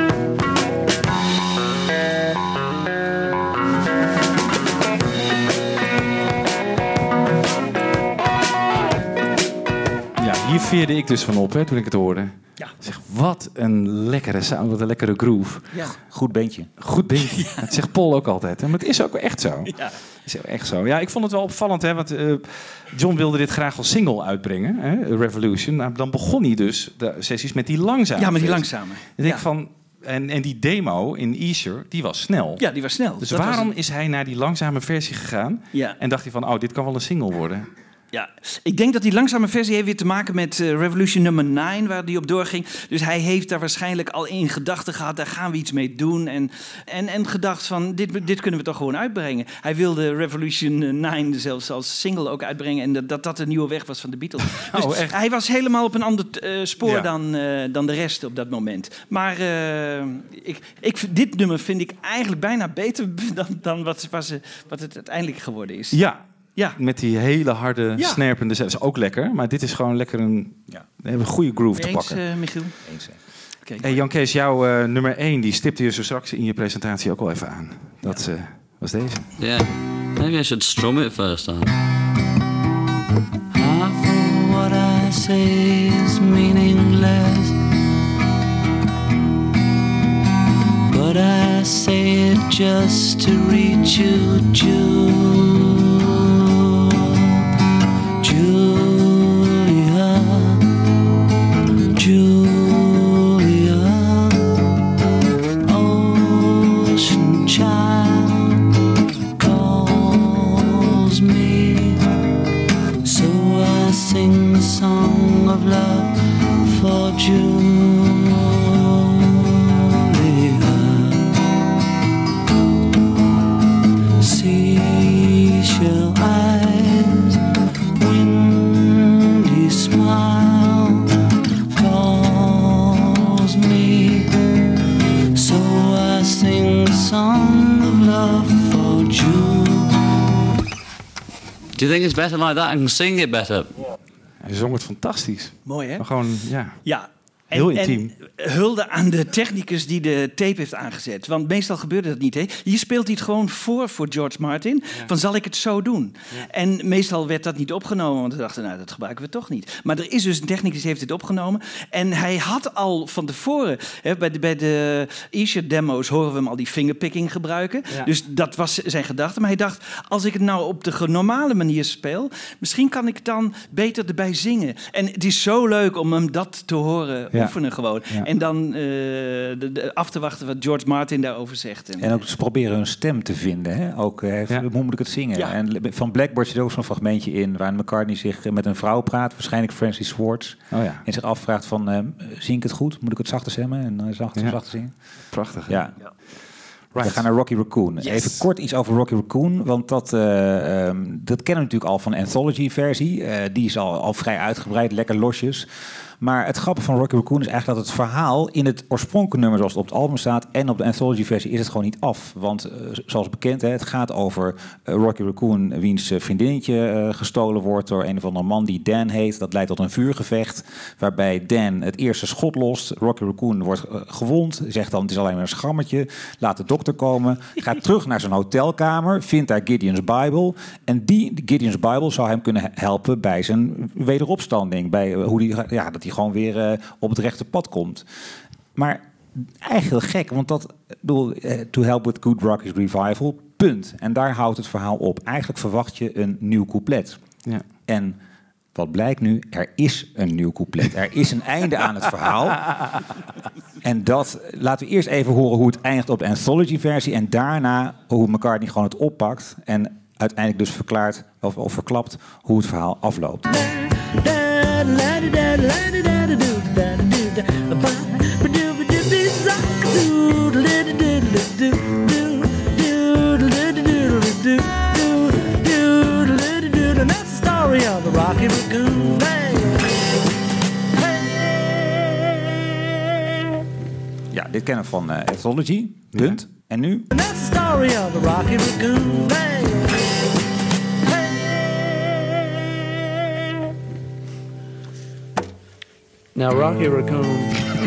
Speaker 2: Ja, hier veerde ik dus van op hè, toen ik het hoorde.
Speaker 8: Ja.
Speaker 2: Zeg, wat een lekkere sound, wat een lekkere groove.
Speaker 8: Ja.
Speaker 3: Goed beentje.
Speaker 2: Goed ding. Het zegt Paul ook altijd. Hè? Maar het is ook echt zo.
Speaker 8: Ja.
Speaker 2: Het is echt zo. Ja, ik vond het wel opvallend. Hè? Want uh, John wilde dit graag als single uitbrengen. Hè? Revolution. Nou, dan begon hij dus de sessies met die langzame
Speaker 8: Ja, met die
Speaker 2: versie.
Speaker 8: langzame.
Speaker 2: Ik denk
Speaker 8: Ja.
Speaker 2: van, en, en die demo in Easter, die was snel.
Speaker 8: Ja, die was snel.
Speaker 2: Dus
Speaker 8: Dat was
Speaker 2: waarom
Speaker 8: het.
Speaker 2: is hij naar die langzame versie gegaan?
Speaker 8: Ja.
Speaker 2: En dacht hij van, oh, dit kan wel een single worden.
Speaker 8: Ja, ik denk dat die langzame versie heeft weer te maken met uh, Revolution nummer negen, waar die op doorging. Dus hij heeft daar waarschijnlijk al in gedachten gehad, daar gaan we iets mee doen. En, en, en gedacht van, dit, dit kunnen we toch gewoon uitbrengen. Hij wilde Revolution negen zelfs als single ook uitbrengen en dat dat, dat de nieuwe weg was van de Beatles. Dus
Speaker 2: Oh, echt?
Speaker 8: hij was helemaal op een ander uh, spoor
Speaker 2: Ja.
Speaker 8: dan, uh, dan de rest op dat moment. Maar uh, ik, ik, dit nummer vind ik eigenlijk bijna beter dan, dan wat, wat, ze, wat het uiteindelijk geworden is.
Speaker 2: Ja.
Speaker 8: Ja.
Speaker 2: Met die hele harde,
Speaker 8: Ja.
Speaker 2: snerpende... Dat is ook lekker, maar dit is gewoon lekker een... Ja. We hebben een goede groove te
Speaker 8: Eens,
Speaker 2: pakken.
Speaker 8: uh, Michiel?
Speaker 3: Eens.
Speaker 8: Okay.
Speaker 2: Hey Jan Kees, jouw uh, nummer één, die stipte je zo straks in je presentatie ook al even aan. Dat uh, was deze.
Speaker 17: Yeah, maybe I should strum it first time.
Speaker 16: Half of what I say is meaningless, but I say it just to reach you, Julia. Julia,
Speaker 4: song of love for June.
Speaker 17: Do you think it's better like that? I can sing it better.
Speaker 2: Hij zong het fantastisch.
Speaker 8: Mooi, hè?
Speaker 2: Maar gewoon, ja.
Speaker 8: Ja.
Speaker 2: Heel
Speaker 8: En,
Speaker 2: intiem.
Speaker 8: en hulde aan de technicus die de tape heeft aangezet. Want meestal gebeurde dat niet. Hè? Hier speelt hij het gewoon voor voor George Martin. Ja. Van, zal ik het zo doen? Ja. En meestal werd dat niet opgenomen. Want we dachten, nou, dat gebruiken we toch niet. Maar er is dus een technicus die heeft het opgenomen. En hij had al van tevoren... Hè, bij de, bij de E-shirt demo's horen we hem al die fingerpicking gebruiken. Ja. Dus dat was zijn gedachte. Maar hij dacht, als ik het nou op de normale manier speel... misschien kan ik dan beter erbij zingen. En het is zo leuk om hem dat te horen... Ja. Oefenen gewoon. Ja. En dan uh, de, de, af te wachten wat George Martin daarover zegt. En,
Speaker 3: en ook ze proberen hun stem te vinden. Hè? Ook, uh, ja. Hoe moet ik het zingen? Ja. En van Blackbird zit ook zo'n fragmentje in... waar McCartney zich met een vrouw praat, waarschijnlijk Francie Swartz... Oh, ja. en zich afvraagt van, uh, zing ik het goed? Moet ik het zachter stemmen? En uh, zachter, ja. zachter zingen?
Speaker 2: Prachtig.
Speaker 3: Ja. ja. Right. We gaan naar Rocky Raccoon. Yes. Even kort iets over Rocky Raccoon. Want dat, uh, um, dat kennen we natuurlijk al van de anthology-versie. Uh, die is al, al vrij uitgebreid, lekker losjes. Maar het grappige van Rocky Raccoon is eigenlijk dat het verhaal... in het oorspronkelijke nummer zoals het op het album staat... en op de anthology-versie is het gewoon niet af. Want uh, zoals bekend, hè, het gaat over uh, Rocky Raccoon... wiens uh, vriendinnetje uh, gestolen wordt door een of andere man die Dan heet. Dat leidt tot een vuurgevecht... waarbij Dan het eerste schot lost. Rocky Raccoon wordt uh, gewond. Zegt dan, het is alleen maar een schammetje. Laat de dokter komen. Gaat terug naar zijn hotelkamer. Vindt daar Gideon's Bible. En die Gideon's Bible zou hem kunnen helpen... bij zijn wederopstanding. Bij uh, hoe die, ja, dat hij gewoon weer uh, op het rechte pad komt. Maar eigenlijk heel gek, want dat bedoel, uh, to help with good Rocky's revival, punt. En daar houdt het verhaal op. Eigenlijk verwacht je een nieuw couplet. Ja. En wat blijkt nu? Er is een nieuw couplet. Er is een einde aan het verhaal. En dat, laten we eerst even horen hoe het eindigt op de anthology-versie en daarna hoe McCartney gewoon het oppakt en uiteindelijk dus verklaart of, of verklapt hoe het verhaal afloopt.
Speaker 12: Rocky Raccoon Band.
Speaker 3: Ja, dit kennen we van uh, Anthology, punt. Ja. En nu?
Speaker 12: And that's the story of the Rocky Raccoon Band. Now Rocky Raccoon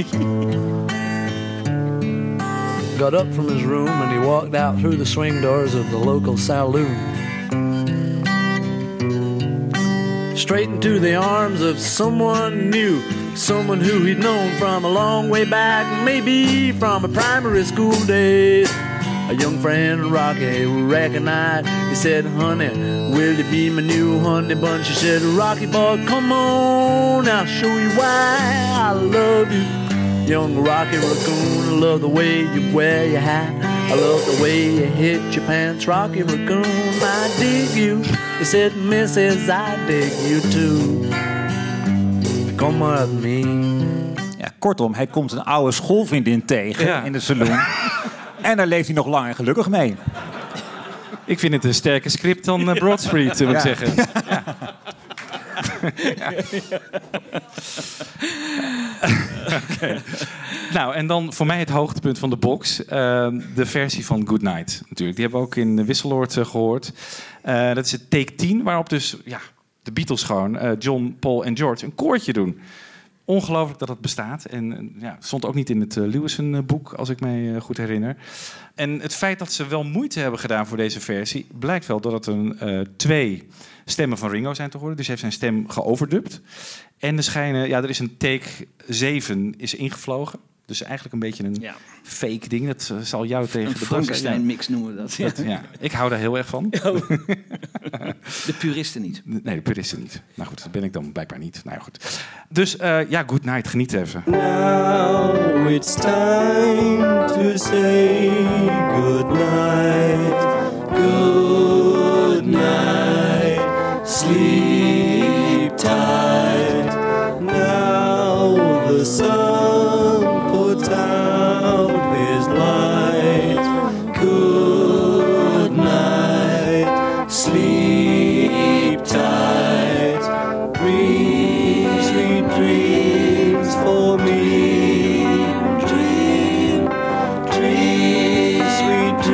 Speaker 12: got up from his room and he walked out through the swing doors of the local saloon. Straight into the arms of someone new, someone who he'd known from a long way back, maybe from a primary school days. A young friend, Rocky, recognized. He said, honey, will you be my new honey bun? She said, Rocky boy, come on, I'll show you why I love you. Young Rocky Raccoon, I love the way you wear your hat. I love the way you hit your pants. Rocky Raccoon, I dig you. He said, Missus, I dig you too. Come with me.
Speaker 3: Ja, kortom, hij komt een oude schoolvriendin tegen ja. in de saloon. En daar leeft hij nog lang en gelukkig mee.
Speaker 2: Ik vind het een sterker script dan uh, Broad Street, moet ik ja. zeggen. Ja. Ja. Okay. Nou, en dan voor mij het hoogtepunt van de box. Uh, de versie van Good Night, natuurlijk. Die hebben we ook in de Wisseloord uh, gehoord. Uh, dat is het take tien, waarop dus ja, de Beatles gewoon, uh, John, Paul en George, een koortje doen. Ongelooflijk dat het bestaat. En ja, het stond ook niet in het uh, Lewison-boek, als ik mij uh, goed herinner. En het feit dat ze wel moeite hebben gedaan voor deze versie... blijkt wel dat het een uh, twee stemmen van Ringo zijn te horen. Dus hij heeft zijn stem geoverdubt. En er schijnen, ja, er is een take zeven is ingevlogen. Dus eigenlijk een beetje een ja. fake ding. Dat uh, zal jou tegen
Speaker 8: een
Speaker 2: de
Speaker 8: Frankenstein-mix noemen we dat. Ja.
Speaker 2: dat ja. Ik hou daar heel erg van.
Speaker 8: De puristen niet.
Speaker 2: Nee, de puristen niet. Nou goed, dat ben ik dan blijkbaar niet. Nou ja, goed. Dus uh, ja, good night. Geniet even.
Speaker 12: Now it's time to say good night. Good night. Sleep tight. Now the sun puts out his light. Good night. Sleep tight. Dream sweet dreams for me. Dream, dream sweet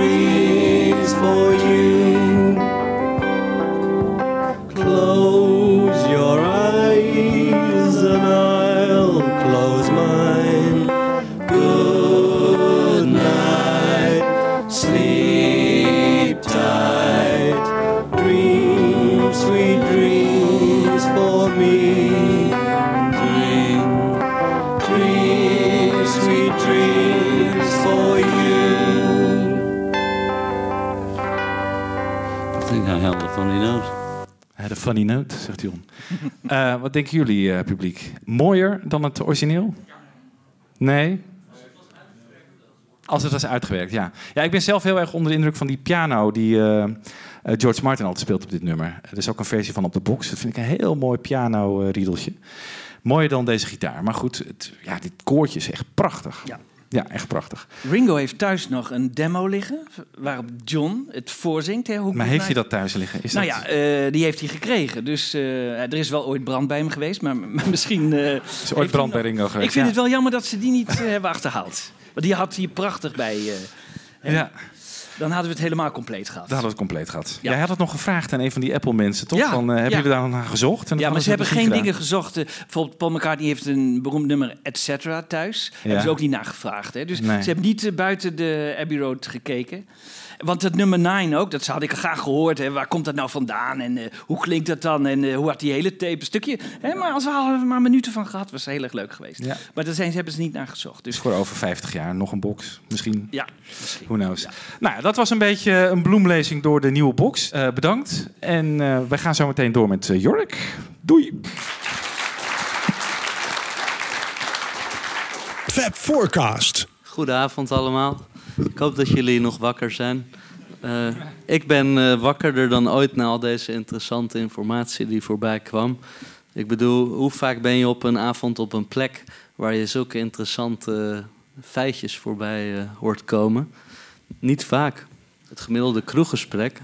Speaker 17: hij had een funny note.
Speaker 2: Hij had een funny note, zegt John. uh, wat denken jullie, uh, publiek? Mooier dan het origineel? Nee? Als het was uitgewerkt, ja. Ja, ik ben zelf heel erg onder de indruk van die piano die uh, uh, George Martin altijd speelt op dit nummer. Er is ook een versie van op de box. Dat vind ik een heel mooi piano-riedeltje. Mooier dan deze gitaar. Maar goed, het, ja, dit koortje is echt prachtig.
Speaker 8: Ja.
Speaker 2: Ja, echt prachtig.
Speaker 8: Ringo heeft thuis nog een demo liggen waarop John het voorzingt. Hè, hoe
Speaker 2: maar heeft hij dat thuis liggen? Is
Speaker 8: nou
Speaker 2: dat...
Speaker 8: ja, uh, die heeft hij gekregen. Dus uh, er is wel ooit brand bij hem geweest, maar, maar misschien... Uh,
Speaker 2: er is ooit brand bij Ringo geweest.
Speaker 8: Ik vind
Speaker 2: ja.
Speaker 8: het wel jammer dat ze die niet uh, hebben achterhaald. Want die had hier prachtig bij. Uh,
Speaker 2: ja.
Speaker 8: Dan hadden we het helemaal compleet gehad.
Speaker 2: Dan hadden we het compleet gehad.
Speaker 8: Ja.
Speaker 2: Jij had het nog gevraagd aan een van die Apple-mensen, toch?
Speaker 8: Ja,
Speaker 2: van, uh, hebben
Speaker 8: ja.
Speaker 2: jullie daar naar gezocht? En
Speaker 8: ja, maar ze hebben
Speaker 2: dus
Speaker 8: geen
Speaker 2: niet
Speaker 8: dingen gezocht. Uh, bijvoorbeeld Paul McCartney heeft een beroemd nummer, et cetera, thuis. Ja. Hebben ze ook niet nagevraagd. Hè? Dus
Speaker 2: nee.
Speaker 8: ze hebben niet uh, buiten de Abbey Road gekeken. Want het nummer negen ook, dat had ik graag gehoord. Hè. Waar komt dat nou vandaan? En uh, hoe klinkt dat dan? En uh, hoe had die hele tape een stukje? Hè, maar als we al maar minuten van gehad, was het heel erg leuk geweest. Ja. Maar daar zijn, hebben ze niet naar gezocht. Dus
Speaker 2: voor over vijftig jaar nog een box, misschien.
Speaker 8: Ja, misschien.
Speaker 2: Who knows.
Speaker 8: Ja.
Speaker 2: Nou, dat was een beetje een bloemlezing door de nieuwe box. Uh, bedankt. En uh, wij gaan zo meteen door met uh, Jorik. Doei.
Speaker 18: Fab Forecast.
Speaker 17: Goedenavond allemaal. Ik hoop dat jullie nog wakker zijn. Uh, ik ben uh, wakkerder dan ooit na al deze interessante informatie die voorbij kwam. Ik bedoel, hoe vaak ben je op een avond op een plek waar je zulke interessante feitjes voorbij uh, hoort komen? Niet vaak. Het gemiddelde kroeggesprek.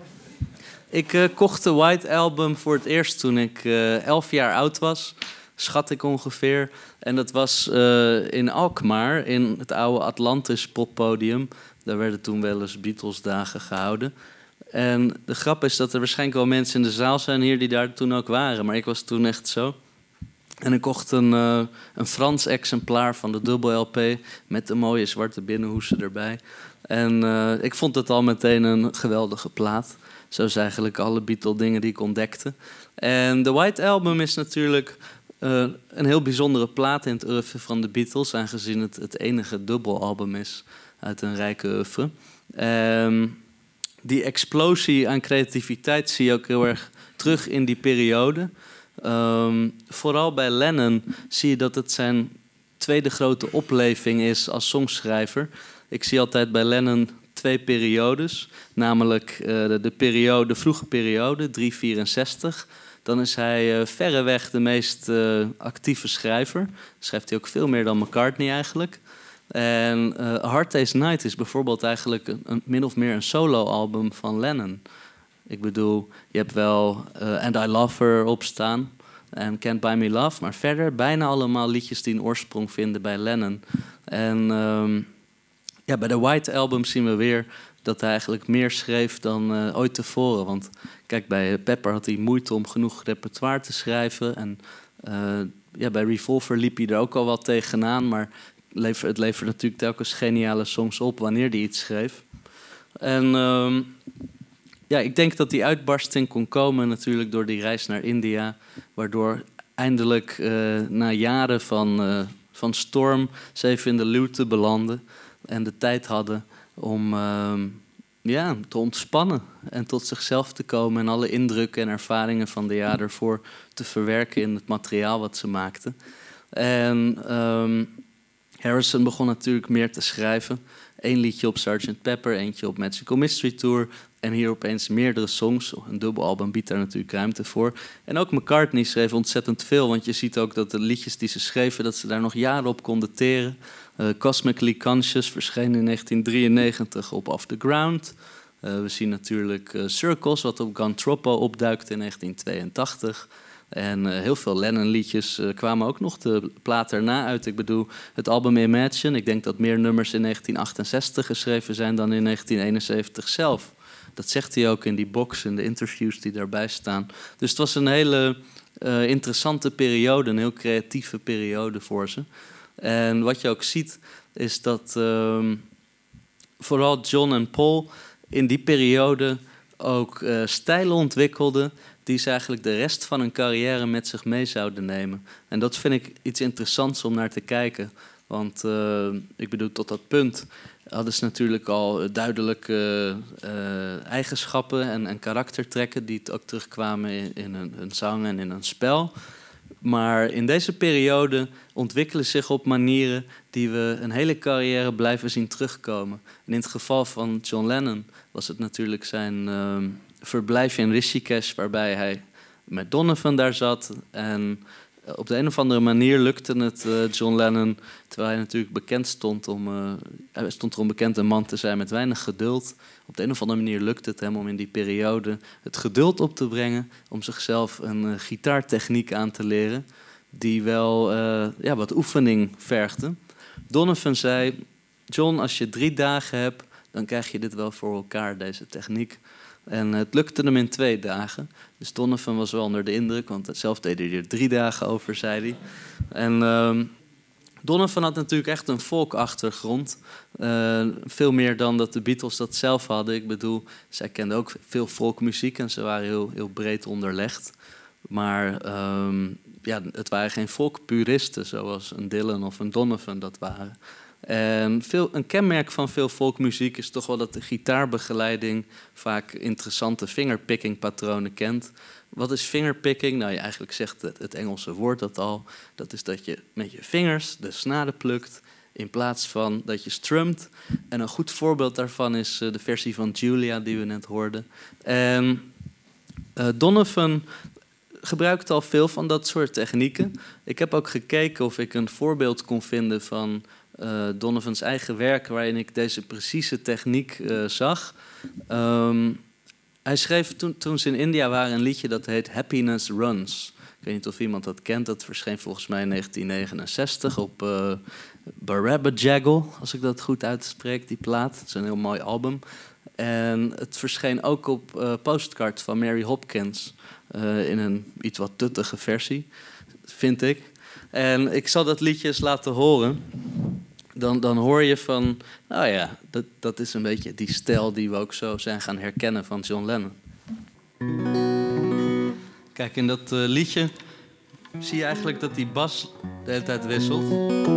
Speaker 17: Ik uh, kocht de White Album voor het eerst toen ik uh, elf jaar oud was. Schat ik ongeveer. En dat was uh, in Alkmaar, in het oude Atlantis poppodium. Daar werden toen wel eens Beatles-dagen gehouden. En de grap is dat er waarschijnlijk wel mensen in de zaal zijn hier die daar toen ook waren. Maar ik was toen echt zo. En ik kocht een, uh, een Frans exemplaar van de dubbel L P met een mooie zwarte binnenhoesen erbij. En uh, ik vond het al meteen een geweldige plaat. Zo is eigenlijk alle Beatle-dingen die ik ontdekte. En de White Album is natuurlijk uh, een heel bijzondere plaat in het oeuvre van de Beatles, aangezien het het enige dubbelalbum is uit een rijke oeuvre. Um, die explosie aan creativiteit zie je ook heel erg terug in die periode. Um, vooral bij Lennon zie je dat het zijn tweede grote opleving is als songschrijver. Ik zie altijd bij Lennon twee periodes, namelijk uh, de, de, periode, de vroege periode, drie vierenzestig. Dan is hij uh, verreweg de meest uh, actieve schrijver. Schrijft hij ook veel meer dan McCartney eigenlijk. En uh, A Hard Day's Night is bijvoorbeeld eigenlijk een, een, min of meer een solo-album van Lennon. Ik bedoel, je hebt wel uh, And I Love Her op staan en Can't Buy Me Love, maar verder bijna allemaal liedjes die een oorsprong vinden bij Lennon. En um, ja, bij de White Album zien we weer dat hij eigenlijk meer schreef dan uh, ooit tevoren. Want kijk, bij Pepper had hij moeite om genoeg repertoire te schrijven. En uh, ja, bij Revolver liep hij er ook al wat tegenaan, maar lever, het levert natuurlijk telkens geniale songs op wanneer hij iets schreef. En um, ja, ik denk dat die uitbarsting kon komen natuurlijk door die reis naar India, waardoor eindelijk uh, na jaren van, uh, van storm ze even in de luwte belanden en de tijd hadden om uh, ja, te ontspannen en tot zichzelf te komen en alle indrukken en ervaringen van de jaren ervoor te verwerken in het materiaal wat ze maakten. En um, Harrison begon natuurlijk meer te schrijven. Eén liedje op sergeant Pepper, eentje op Magical Mystery Tour. En hier opeens meerdere songs. Een dubbelalbum biedt daar natuurlijk ruimte voor. En ook McCartney schreef ontzettend veel. Want je ziet ook dat de liedjes die ze schreven, dat ze daar nog jaren op konden teren. Uh, Cosmically Conscious verscheen in negentien drieënnegentig op Off the Ground. Uh, we zien natuurlijk uh, Circles, wat op Gontropo opduikt in negentien tweeëntachtig. En uh, heel veel Lennon-liedjes uh, kwamen ook nog de plaat erna uit. Ik bedoel, het album Imagine. Ik denk dat meer nummers in negentien achtenzestig geschreven zijn dan in negentien eenenzeventig zelf. Dat zegt hij ook in die box, in de interviews die daarbij staan. Dus het was een hele uh, interessante periode, een heel creatieve periode voor ze. En wat je ook ziet, is dat uh, vooral John en Paul in die periode ook uh, stijlen ontwikkelden die ze eigenlijk de rest van hun carrière met zich mee zouden nemen. En dat vind ik iets interessants om naar te kijken. Want uh, ik bedoel, tot dat punt hadden ze natuurlijk al duidelijke uh, eigenschappen en, en karaktertrekken die ook terugkwamen in, in een, een zang en in een spel. Maar in deze periode ontwikkelen zich op manieren die we een hele carrière blijven zien terugkomen. En in het geval van John Lennon was het natuurlijk zijn uh, verblijf in Rishikesh, waarbij hij met Donovan daar zat. En op de een of andere manier lukte het uh, John Lennon, terwijl hij natuurlijk bekend stond om, uh, hij stond erom bekend een man te zijn met weinig geduld. Op de een of andere manier lukte het hem om in die periode het geduld op te brengen, om zichzelf een uh, gitaartechniek aan te leren, die wel uh, ja, wat oefening vergde. Donovan zei: John, als je drie dagen hebt, dan krijg je dit wel voor elkaar, deze techniek. En het lukte hem in twee dagen. Dus Donovan was wel onder de indruk, want zelf deed hij er drie dagen over, zei hij. En uh, Donovan had natuurlijk echt een folkachtergrond. Uh, veel meer dan dat de Beatles dat zelf hadden. Ik bedoel, zij kenden ook veel folkmuziek en ze waren heel, heel breed onderlegd. Maar um, ja, het waren geen folkpuristen zoals een Dylan of een Donovan dat waren. En veel, een kenmerk van veel folkmuziek is toch wel dat de gitaarbegeleiding vaak interessante fingerpicking patronen kent. Wat is fingerpicking? Nou, je eigenlijk zegt het, het Engelse woord dat al. Dat is dat je met je vingers de snaren plukt in plaats van dat je strumt. En een goed voorbeeld daarvan is de versie van Julia die we net hoorden. En uh, Donovan gebruikt al veel van dat soort technieken. Ik heb ook gekeken of ik een voorbeeld kon vinden van Uh, Donovans eigen werk, waarin ik deze precieze techniek uh, zag. Um, hij schreef toen, toen ze in India waren een liedje dat heet Happiness Runs. Ik weet niet of iemand dat kent. Dat verscheen volgens mij in negentien negenenzestig op uh, Barabba Jaggle, als ik dat goed uitspreek, die plaat. Het is een heel mooi album. En het verscheen ook op uh, Postcard van Mary Hopkins uh, in een iets wat tuttige versie, vind ik. En ik zal dat liedje eens laten horen. Dan, dan hoor je van, nou ja, dat, dat is een beetje die stijl die we ook zo zijn gaan herkennen van John Lennon. Kijk, in dat uh, liedje zie je eigenlijk dat die bas de hele tijd wisselt.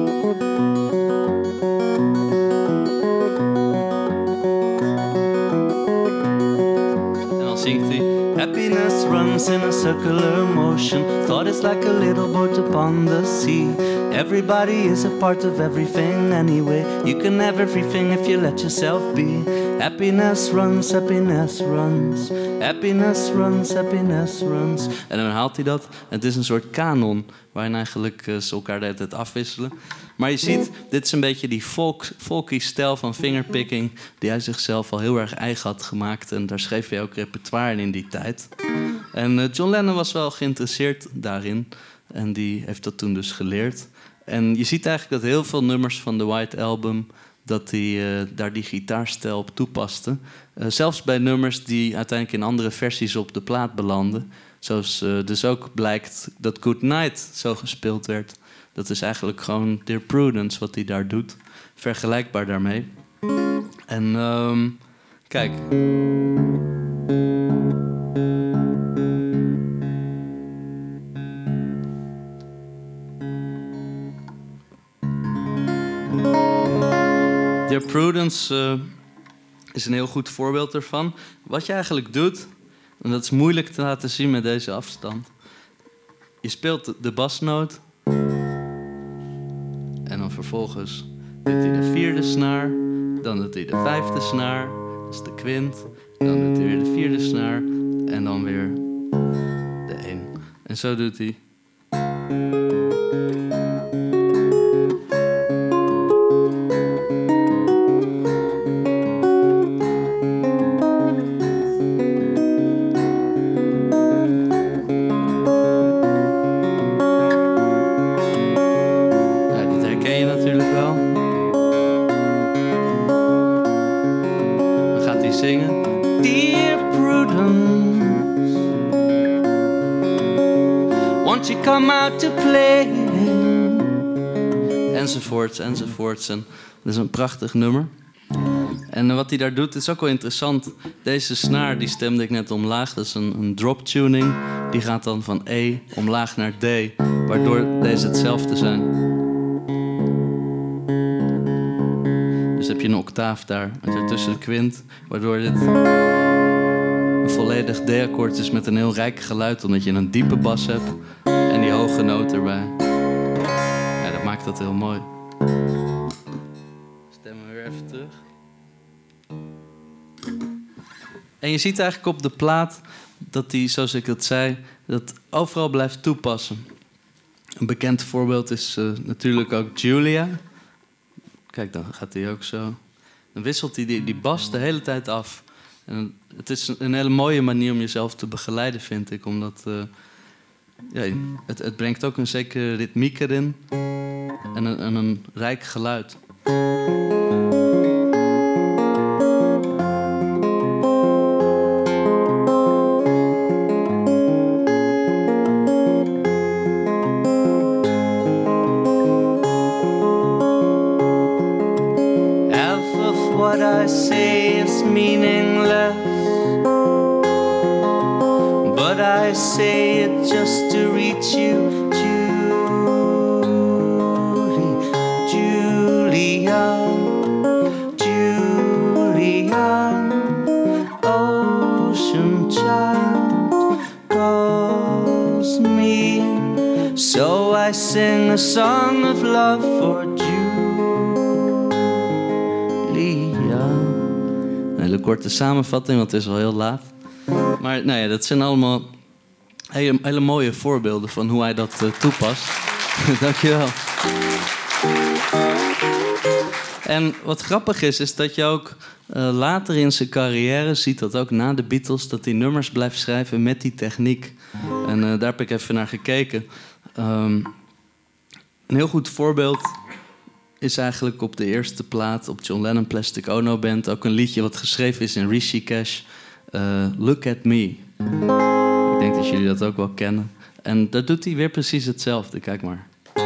Speaker 17: En dan zingt hij: Happiness runs in a circular motion. Thought is like a little boat upon the sea. Everybody is a part of everything anyway. You can have everything if you let yourself be. Happiness runs, happiness runs. Happiness runs, happiness runs. En dan haalt hij dat. Het is een soort kanon waarin eigenlijk uh, ze elkaar de hele tijd afwisselen. Maar je ziet, dit is een beetje die folk, folky stijl van fingerpicking die hij zichzelf al heel erg eigen had gemaakt. En daar schreef hij ook repertoire in in die tijd. En uh, John Lennon was wel geïnteresseerd daarin. En die heeft dat toen dus geleerd. En je ziet eigenlijk dat heel veel nummers van de White Album, dat hij uh, daar die gitaarstijl op toepaste. Uh, zelfs bij nummers die uiteindelijk in andere versies op de plaat belanden. Zoals uh, dus ook blijkt dat Good Night zo gespeeld werd. Dat is eigenlijk gewoon Dear Prudence wat hij daar doet. Vergelijkbaar daarmee. En um, kijk. Dear Prudence uh, is een heel goed voorbeeld ervan. Wat je eigenlijk doet, en dat is moeilijk te laten zien met deze afstand. Je speelt de basnoot. En dan vervolgens doet hij de vierde snaar. Dan doet hij de vijfde snaar. Dat is de kwint. Dan doet hij weer de vierde snaar. En dan weer de één. En zo doet hij. Come out to play. Enzovoorts, enzovoorts. En dat is een prachtig nummer. En wat hij daar doet is ook wel interessant. Deze snaar die stemde ik net omlaag. Dat is een, een drop tuning. Die gaat dan van E omlaag naar D. Waardoor deze hetzelfde zijn. heb je een octaaf daar, tussen de kwint, waardoor dit een volledig D-akkoord is met een heel rijk geluid, omdat je een diepe bas hebt en die hoge noot erbij. Ja, dat maakt dat heel mooi. Stemmen we weer even terug. En je ziet eigenlijk op de plaat dat die, zoals ik het zei, dat overal blijft toepassen. Een bekend voorbeeld is uh, natuurlijk ook Julia. Kijk, dan gaat hij ook zo. Dan wisselt hij die, die bas de hele tijd af. En het is een hele mooie manier om jezelf te begeleiden, vind ik. Omdat uh, ja, het, het brengt ook een zekere ritmiek erin. En een, en een rijk geluid.
Speaker 16: What I say is meaningless, but I say it just to reach you, Julie, Julia, Julia, ocean child calls me, so I sing a song of love for Julia.
Speaker 17: Een hele korte samenvatting, want het is al heel laat. Maar nou ja, dat zijn allemaal hele, hele mooie voorbeelden van hoe hij dat uh, toepast. Dankjewel. En wat grappig is, is dat je ook uh, later in zijn carrière ziet, dat ook na de Beatles, dat hij nummers blijft schrijven met die techniek. En uh, daar heb ik even naar gekeken. Um, een heel goed voorbeeld is eigenlijk op de eerste plaat op John Lennon Plastic Ono Band ook een liedje wat geschreven is in Rishikesh. Uh, Look at Me. Ik denk dat jullie dat ook wel kennen. En daar doet hij weer precies hetzelfde. Kijk maar.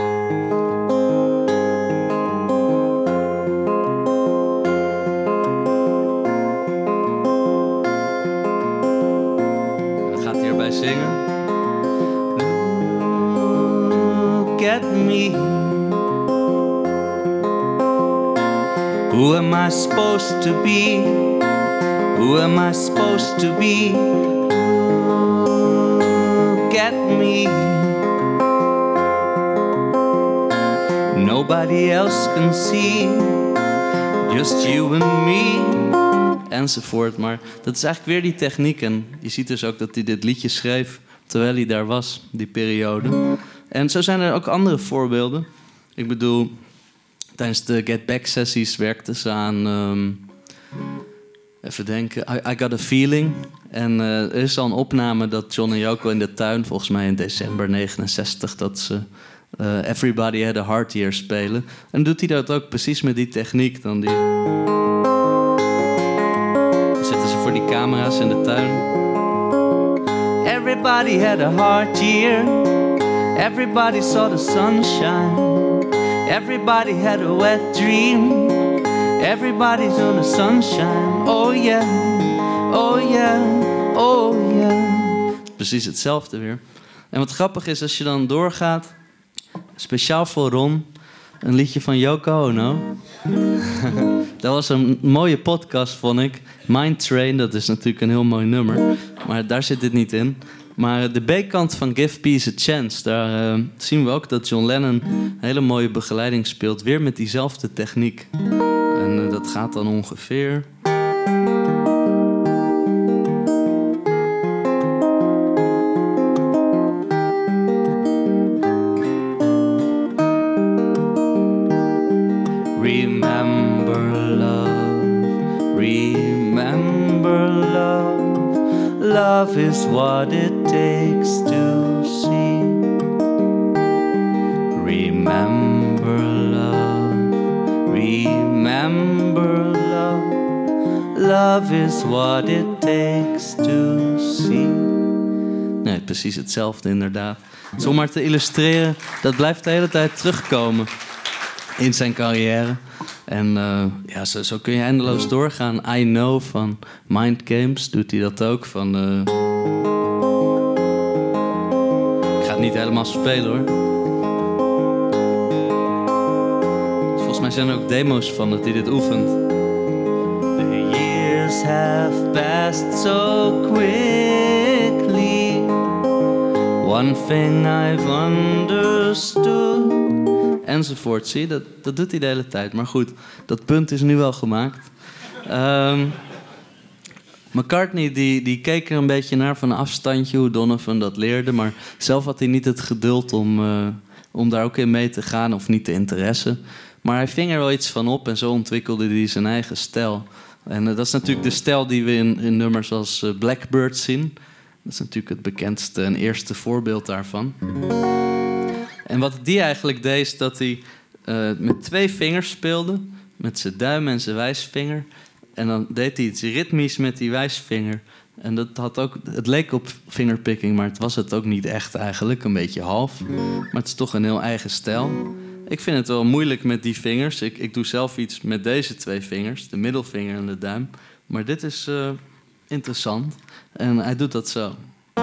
Speaker 17: Dan gaat hij erbij zingen.
Speaker 16: Look at me. Who am I supposed to be? Who am I supposed to be? Look at me. Nobody else can see. Just you and me.
Speaker 17: Enzovoort. Maar dat is eigenlijk weer die techniek. En je ziet dus ook dat hij dit liedje schreef terwijl hij daar was, die periode. En zo zijn er ook andere voorbeelden. Ik bedoel, tijdens de Get Back sessies werkten ze aan, um, even denken, I, I Got a Feeling. En uh, er is al een opname dat John en Yoko in de tuin, volgens mij in december negenenzestig, dat ze uh, Everybody Had a Hard Year spelen. En dan doet hij dat ook precies met die techniek. Dan, die... dan zitten ze voor die camera's in de tuin.
Speaker 16: Everybody had a hard year. Everybody saw the sunshine. Everybody had a wet dream. Everybody's on the sunshine. Oh yeah, oh yeah, oh yeah.
Speaker 17: Precies hetzelfde weer. En wat grappig is, als je dan doorgaat, speciaal voor Ron, een liedje van Yoko Ono. Dat was een mooie podcast, vond ik. Mind Train, dat is natuurlijk een heel mooi nummer. Maar daar zit dit niet in. Maar de B-kant van Give Peace a Chance, daar uh, zien we ook dat John Lennon een hele mooie begeleiding speelt. Weer met diezelfde techniek. En uh, dat gaat dan ongeveer...
Speaker 16: Remember love, remember love. Love is what it takes to see. Remember love, remember love. Love is what it takes to see.
Speaker 17: Nee, precies hetzelfde inderdaad. Dus om maar te illustreren, dat blijft de hele tijd terugkomen in zijn carrière. En uh, ja, zo, zo kun je eindeloos doorgaan. I Know van Mind Games doet hij dat ook. Van, uh... Ik ga het niet helemaal spelen hoor. Volgens mij zijn er ook demo's van dat hij dit oefent. years have passed so quickly. One thing I've understood. Enzovoort, zie je, dat, dat doet hij de hele tijd. Maar goed, dat punt is nu wel gemaakt. Um, McCartney die, die keek er een beetje naar van een afstandje hoe Donovan dat leerde. Maar zelf had hij niet het geduld om, uh, om daar ook in mee te gaan of niet de interesse. Maar hij ving er wel iets van op en zo ontwikkelde hij zijn eigen stijl. En uh, dat is natuurlijk de stijl die we in, in nummers als uh, Blackbird zien. Dat is natuurlijk het bekendste en eerste voorbeeld daarvan. En wat die eigenlijk deed is dat hij uh, met twee vingers speelde. Met zijn duim en zijn wijsvinger. En dan deed hij iets ritmisch met die wijsvinger. En dat had ook, het leek op fingerpicking, maar het was het ook niet echt eigenlijk. Een beetje half. Maar het is toch een heel eigen stijl. Ik vind het wel moeilijk met die vingers. Ik, ik doe zelf iets met deze twee vingers. De middelvinger en de duim. Maar dit is uh, interessant. En hij doet dat zo.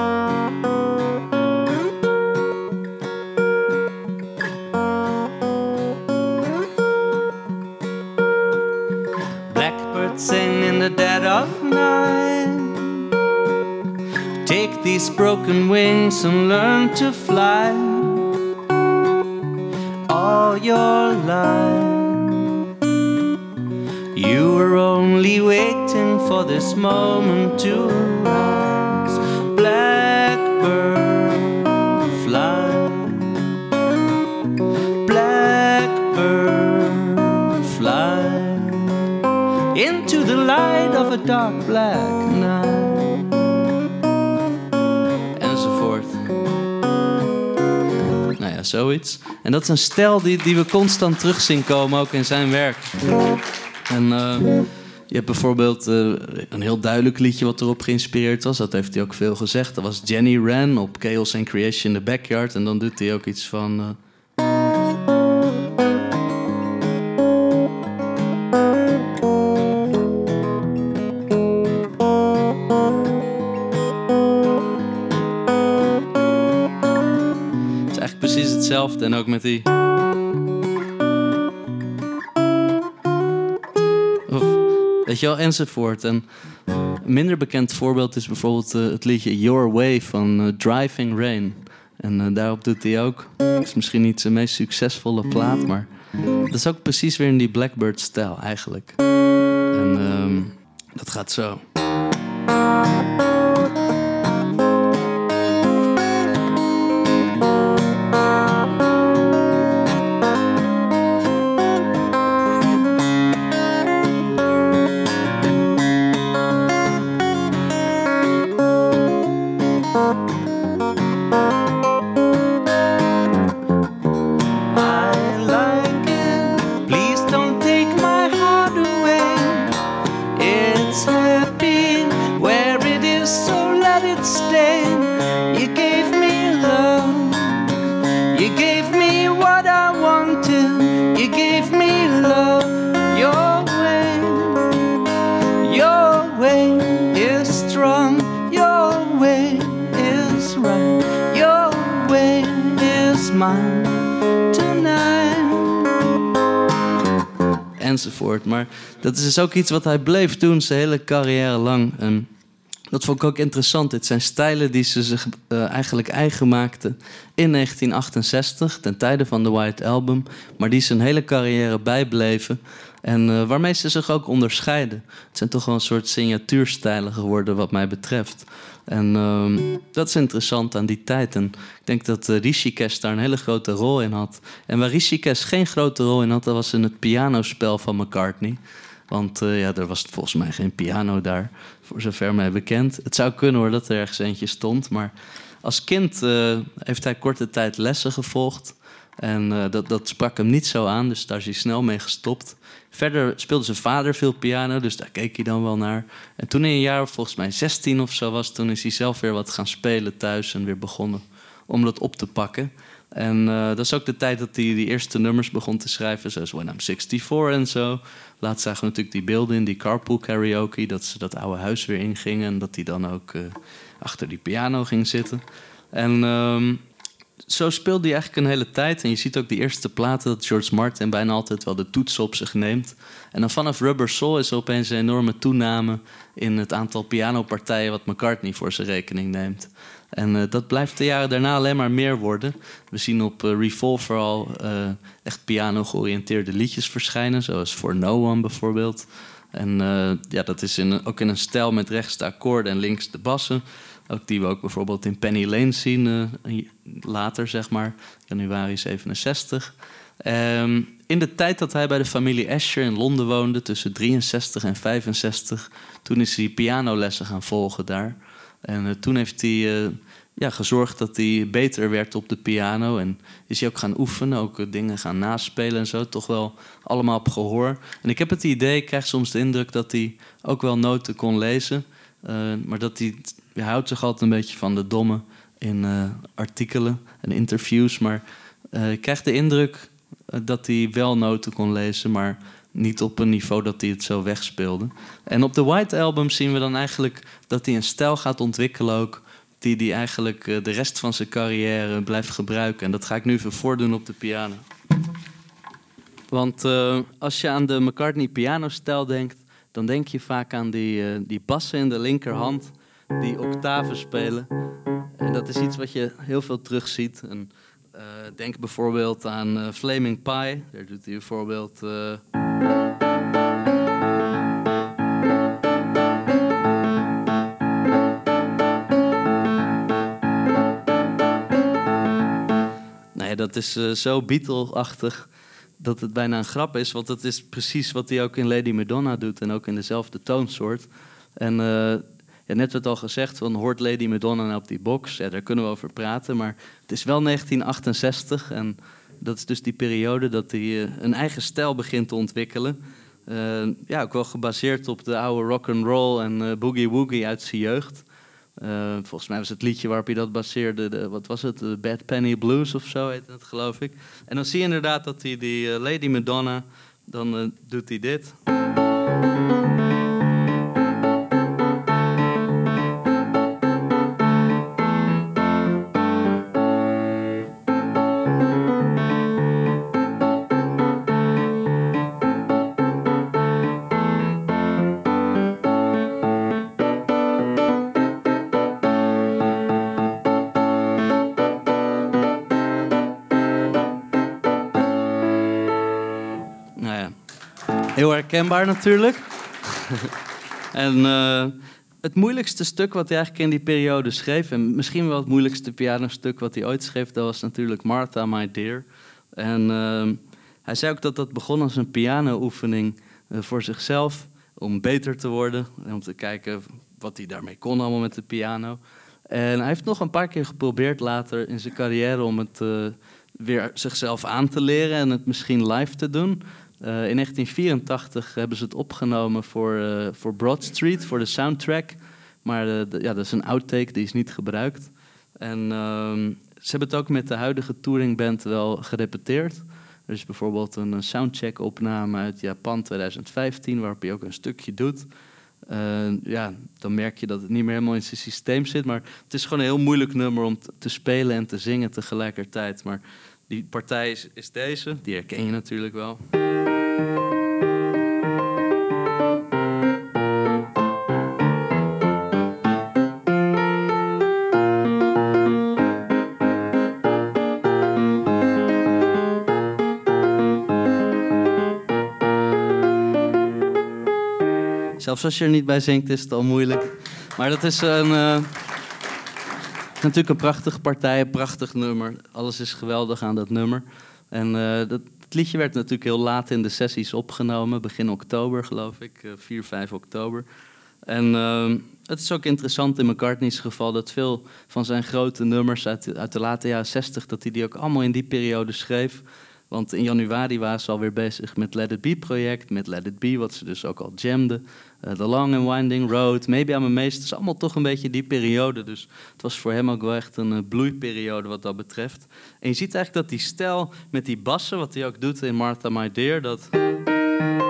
Speaker 17: Sing in the dead of night. Take these broken wings and learn to fly. All your life you were only waiting for this moment to rise. Blackbird, fly. Blackbird, fly. Into the light of a dark black night. Enzovoort. Nou ja, zoiets. En dat is een stijl die, die we constant terug zien komen, ook in zijn werk. En uh, je hebt bijvoorbeeld uh, een heel duidelijk liedje wat erop geïnspireerd was. Dat heeft hij ook veel gezegd. Dat was Jenny Wren op Chaos and Creation in the Backyard. En dan doet hij ook iets van... Uh, hetzelfde en ook met die. Of, weet je wel, enzovoort. En een minder bekend voorbeeld is bijvoorbeeld uh, het liedje Your Way van uh, Driving Rain. En uh, daarop doet hij ook. Het is misschien niet zijn meest succesvolle plaat, maar dat is ook precies weer in die Blackbird-stijl eigenlijk. En um, dat gaat zo. Enzovoort. Maar dat is dus ook iets wat hij bleef doen zijn hele carrière lang. En dat vond ik ook interessant. Dit zijn stijlen die ze zich uh, eigenlijk eigen maakten in negentien achtenzestig, ten tijde van de White Album, maar die zijn hele carrière bijbleven. En uh, waarmee ze zich ook onderscheiden. Het zijn toch wel een soort signatuurstijlen geworden wat mij betreft. En uh, dat is interessant aan die tijd. En ik denk dat uh, Rishikesh daar een hele grote rol in had. En waar Rishikesh geen grote rol in had, dat was in het pianospel van McCartney. Want uh, ja, er was volgens mij geen piano daar, voor zover mij bekend. Het zou kunnen hoor dat er ergens eentje stond. Maar als kind uh, heeft hij korte tijd lessen gevolgd. En uh, dat, dat sprak hem niet zo aan, dus daar is hij snel mee gestopt. Verder speelde zijn vader veel piano, dus daar keek hij dan wel naar. En toen hij een jaar, volgens mij zestien of zo was, toen is hij zelf weer wat gaan spelen thuis en weer begonnen om dat op te pakken. En uh, dat is ook de tijd dat hij die eerste nummers begon te schrijven, zoals When I'm sixty-four en zo. Laatst zagen we natuurlijk die beelden in die carpool karaoke, dat ze dat oude huis weer ingingen en dat hij dan ook uh, achter die piano ging zitten. En um, zo speelde hij eigenlijk een hele tijd. En je ziet ook die eerste platen dat George Martin bijna altijd wel de toetsen op zich neemt. En dan vanaf Rubber Soul is er opeens een enorme toename in het aantal pianopartijen wat McCartney voor zijn rekening neemt. En uh, dat blijft de jaren daarna alleen maar meer worden. We zien op uh, Revolver al uh, echt piano-georiënteerde liedjes verschijnen, zoals For No One bijvoorbeeld. En uh, ja, dat is in, ook in een stijl met rechts de akkoorden en links de bassen. Ook die we ook bijvoorbeeld in Penny Lane zien, uh, later zeg maar, januari zevenenzestig. Um, in de tijd dat hij bij de familie Asher in Londen woonde, tussen drieënzestig en vijfenzestig... toen is hij pianolessen gaan volgen daar. En uh, toen heeft hij uh, ja, gezorgd dat hij beter werd op de piano. En is hij ook gaan oefenen, ook uh, dingen gaan naspelen en zo. Toch wel allemaal op gehoor. En ik heb het idee, ik krijg soms de indruk dat hij ook wel noten kon lezen. Uh, maar dat hij, hij houdt zich altijd een beetje van de domme in uh, artikelen en interviews. Maar uh, ik krijg de indruk uh, dat hij wel noten kon lezen, maar niet op een niveau dat hij het zo wegspeelde. En op de White Album zien we dan eigenlijk dat hij een stijl gaat ontwikkelen ook, die hij eigenlijk uh, de rest van zijn carrière blijft gebruiken. En dat ga ik nu even voordoen op de piano. Want uh, als je aan de McCartney pianostijl denkt, dan denk je vaak aan die, uh, die bassen in de linkerhand, die octaven spelen. En dat is iets wat je heel veel terugziet. En, uh, denk bijvoorbeeld aan uh, Flaming Pie. Daar doet hij bijvoorbeeld... Uh... Nee, dat is uh, zo Beatle-achtig dat het bijna een grap is. Want dat is precies wat hij ook in Lady Madonna doet. En ook in dezelfde toonsoort. En uh, ja, net werd al gezegd, van, hoort Lady Madonna nou op die box? Ja, daar kunnen we over praten. Maar het is wel negentien achtenzestig. En dat is dus die periode dat hij uh, een eigen stijl begint te ontwikkelen. Uh, ja, ook wel gebaseerd op de oude rock'n'roll en uh, boogie-woogie uit zijn jeugd. Uh, volgens mij was het liedje waarop hij dat baseerde, de, wat was het, de Bad Penny Blues of zo heet het, geloof ik. En dan zie je inderdaad dat hij die uh, Lady Madonna, dan uh, doet hij dit. Heel herkenbaar natuurlijk. En uh, het moeilijkste stuk wat hij eigenlijk in die periode schreef, en misschien wel het moeilijkste pianostuk wat hij ooit schreef, dat was natuurlijk Martha, My Dear. En uh, hij zei ook dat dat begon als een piano-oefening uh, voor zichzelf, om beter te worden en om te kijken wat hij daarmee kon allemaal met de piano. En hij heeft nog een paar keer geprobeerd later in zijn carrière om het uh, weer zichzelf aan te leren en het misschien live te doen. Uh, in negentien vierentachtig hebben ze het opgenomen voor, uh, voor Broad Street, voor de soundtrack. Maar uh, de, ja, dat is een outtake, die is niet gebruikt. En uh, ze hebben het ook met de huidige touringband wel gerepeteerd. Er is bijvoorbeeld een soundcheck-opname uit Japan twintig vijftien... waarop hij ook een stukje doet. Uh, ja, dan merk je dat het niet meer helemaal in zijn systeem zit. Maar het is gewoon een heel moeilijk nummer om te spelen en te zingen tegelijkertijd. Maar die partij is, is deze, die herken je natuurlijk wel. Zelfs als je er niet bij zingt is het al moeilijk. Maar dat is een, uh, natuurlijk een prachtige partij, een prachtig nummer. Alles is geweldig aan dat nummer. En uh, dat, het liedje werd natuurlijk heel laat in de sessies opgenomen. Begin oktober geloof ik, uh, vier, vijf oktober. En uh, het is ook interessant in McCartney's geval dat veel van zijn grote nummers uit de, uit de late jaren zestig... dat hij die ook allemaal in die periode schreef. Want in januari waren ze alweer bezig met Let It Be-project, met Let It Be, wat ze dus ook al jamden. Uh, The Long and Winding Road, Maybe I'm Amazed, het is allemaal toch een beetje die periode. Dus het was voor hem ook wel echt een uh, bloeiperiode wat dat betreft. En je ziet eigenlijk dat die stijl met die bassen, wat hij ook doet in Martha, My Dear, dat,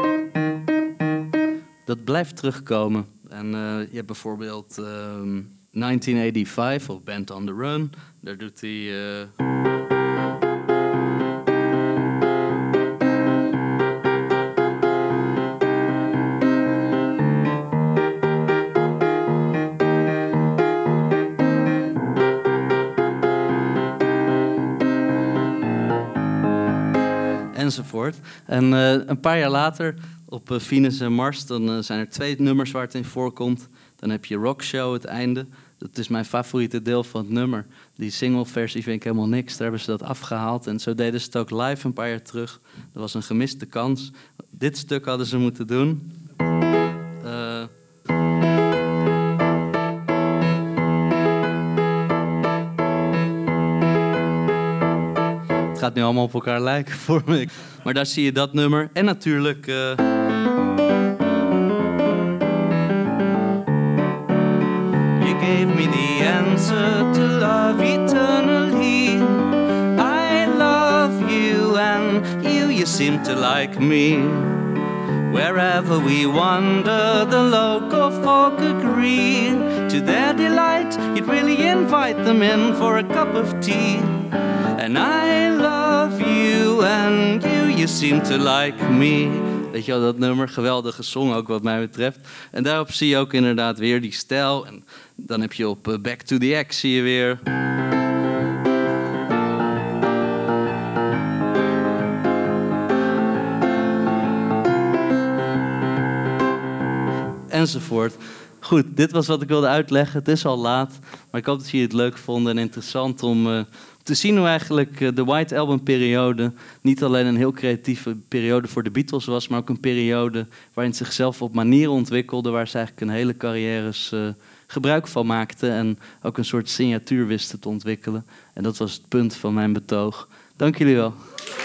Speaker 17: dat blijft terugkomen. En uh, je hebt bijvoorbeeld... Uh, negentien vijfen85, of Band on the Run. Daar doet hij... Uh... enzovoort. En uh, een paar jaar later, op uh, Venus en Mars, dan uh, zijn er twee nummers waar het in voorkomt. Dan heb je Rock Show, het einde. Dat is mijn favoriete deel van het nummer. Die single-versie vind ik helemaal niks. Daar hebben ze dat afgehaald. En zo deden ze het ook live een paar jaar terug. Dat was een gemiste kans. Dit stuk hadden ze moeten doen. Uh, Het gaat nu allemaal op elkaar lijken voor me. Maar daar zie je dat nummer. En natuurlijk... Uh... You gave me the answer to love eternally. I love you and you, you seem to like me. Wherever we wander, the local folk agree. To their delight, you'd really invite them in for a cup of tea. And I love you and you, you seem to like me. Weet je wel, dat nummer, geweldig gezongen ook wat mij betreft. En daarop zie je ook inderdaad weer die stijl. En dan heb je op uh, Back to the X zie je weer... enzovoort. Goed, dit was wat ik wilde uitleggen. Het is al laat, maar ik hoop dat jullie het leuk vonden en interessant om uh, te zien hoe eigenlijk uh, de White Album periode niet alleen een heel creatieve periode voor de Beatles was, maar ook een periode waarin ze zichzelf op manieren ontwikkelden waar ze eigenlijk een hele carrières uh, gebruik van maakten en ook een soort signatuur wisten te ontwikkelen. En dat was het punt van mijn betoog. Dank jullie wel.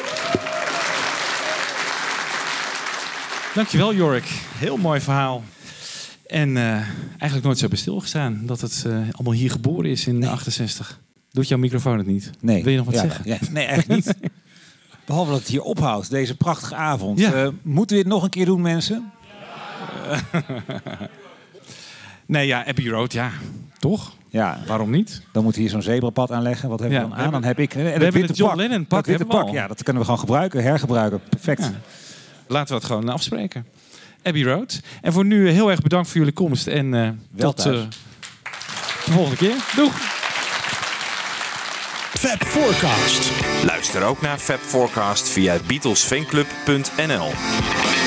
Speaker 2: Dankjewel, Jorik. Heel mooi verhaal. En uh, eigenlijk nooit zo bij stilgestaan dat het uh, allemaal hier geboren is in nee. achtenzestig. Doet jouw microfoon het niet?
Speaker 3: Nee.
Speaker 2: Wil je nog wat
Speaker 3: ja,
Speaker 2: zeggen?
Speaker 3: Ja, nee, eigenlijk niet. Behalve dat het hier ophoudt, deze prachtige avond.
Speaker 2: Ja.
Speaker 3: Uh, moeten we dit nog een keer doen, mensen?
Speaker 2: Ja. Nee, ja, Abbey Road, ja. Toch?
Speaker 3: Ja.
Speaker 2: Waarom niet?
Speaker 3: Dan moet hier zo'n zebrapad aanleggen. Wat hebben
Speaker 2: ja,
Speaker 3: we dan
Speaker 2: we
Speaker 3: aan?
Speaker 2: Hebben,
Speaker 3: dan heb ik...
Speaker 2: We hebben
Speaker 3: witte
Speaker 2: het John
Speaker 3: pak,
Speaker 2: Lennon pak.
Speaker 3: Dat witte pak, ja, dat kunnen we gewoon gebruiken, hergebruiken. Perfect. Ja.
Speaker 2: Laten we het gewoon afspreken. Abbey Road. En voor nu heel erg bedankt voor jullie komst. En uh, tot uh, de volgende keer. Doeg!
Speaker 18: Fab Forecast.
Speaker 14: Luister ook naar Fab Forecast via beatlesfanclub punt n l.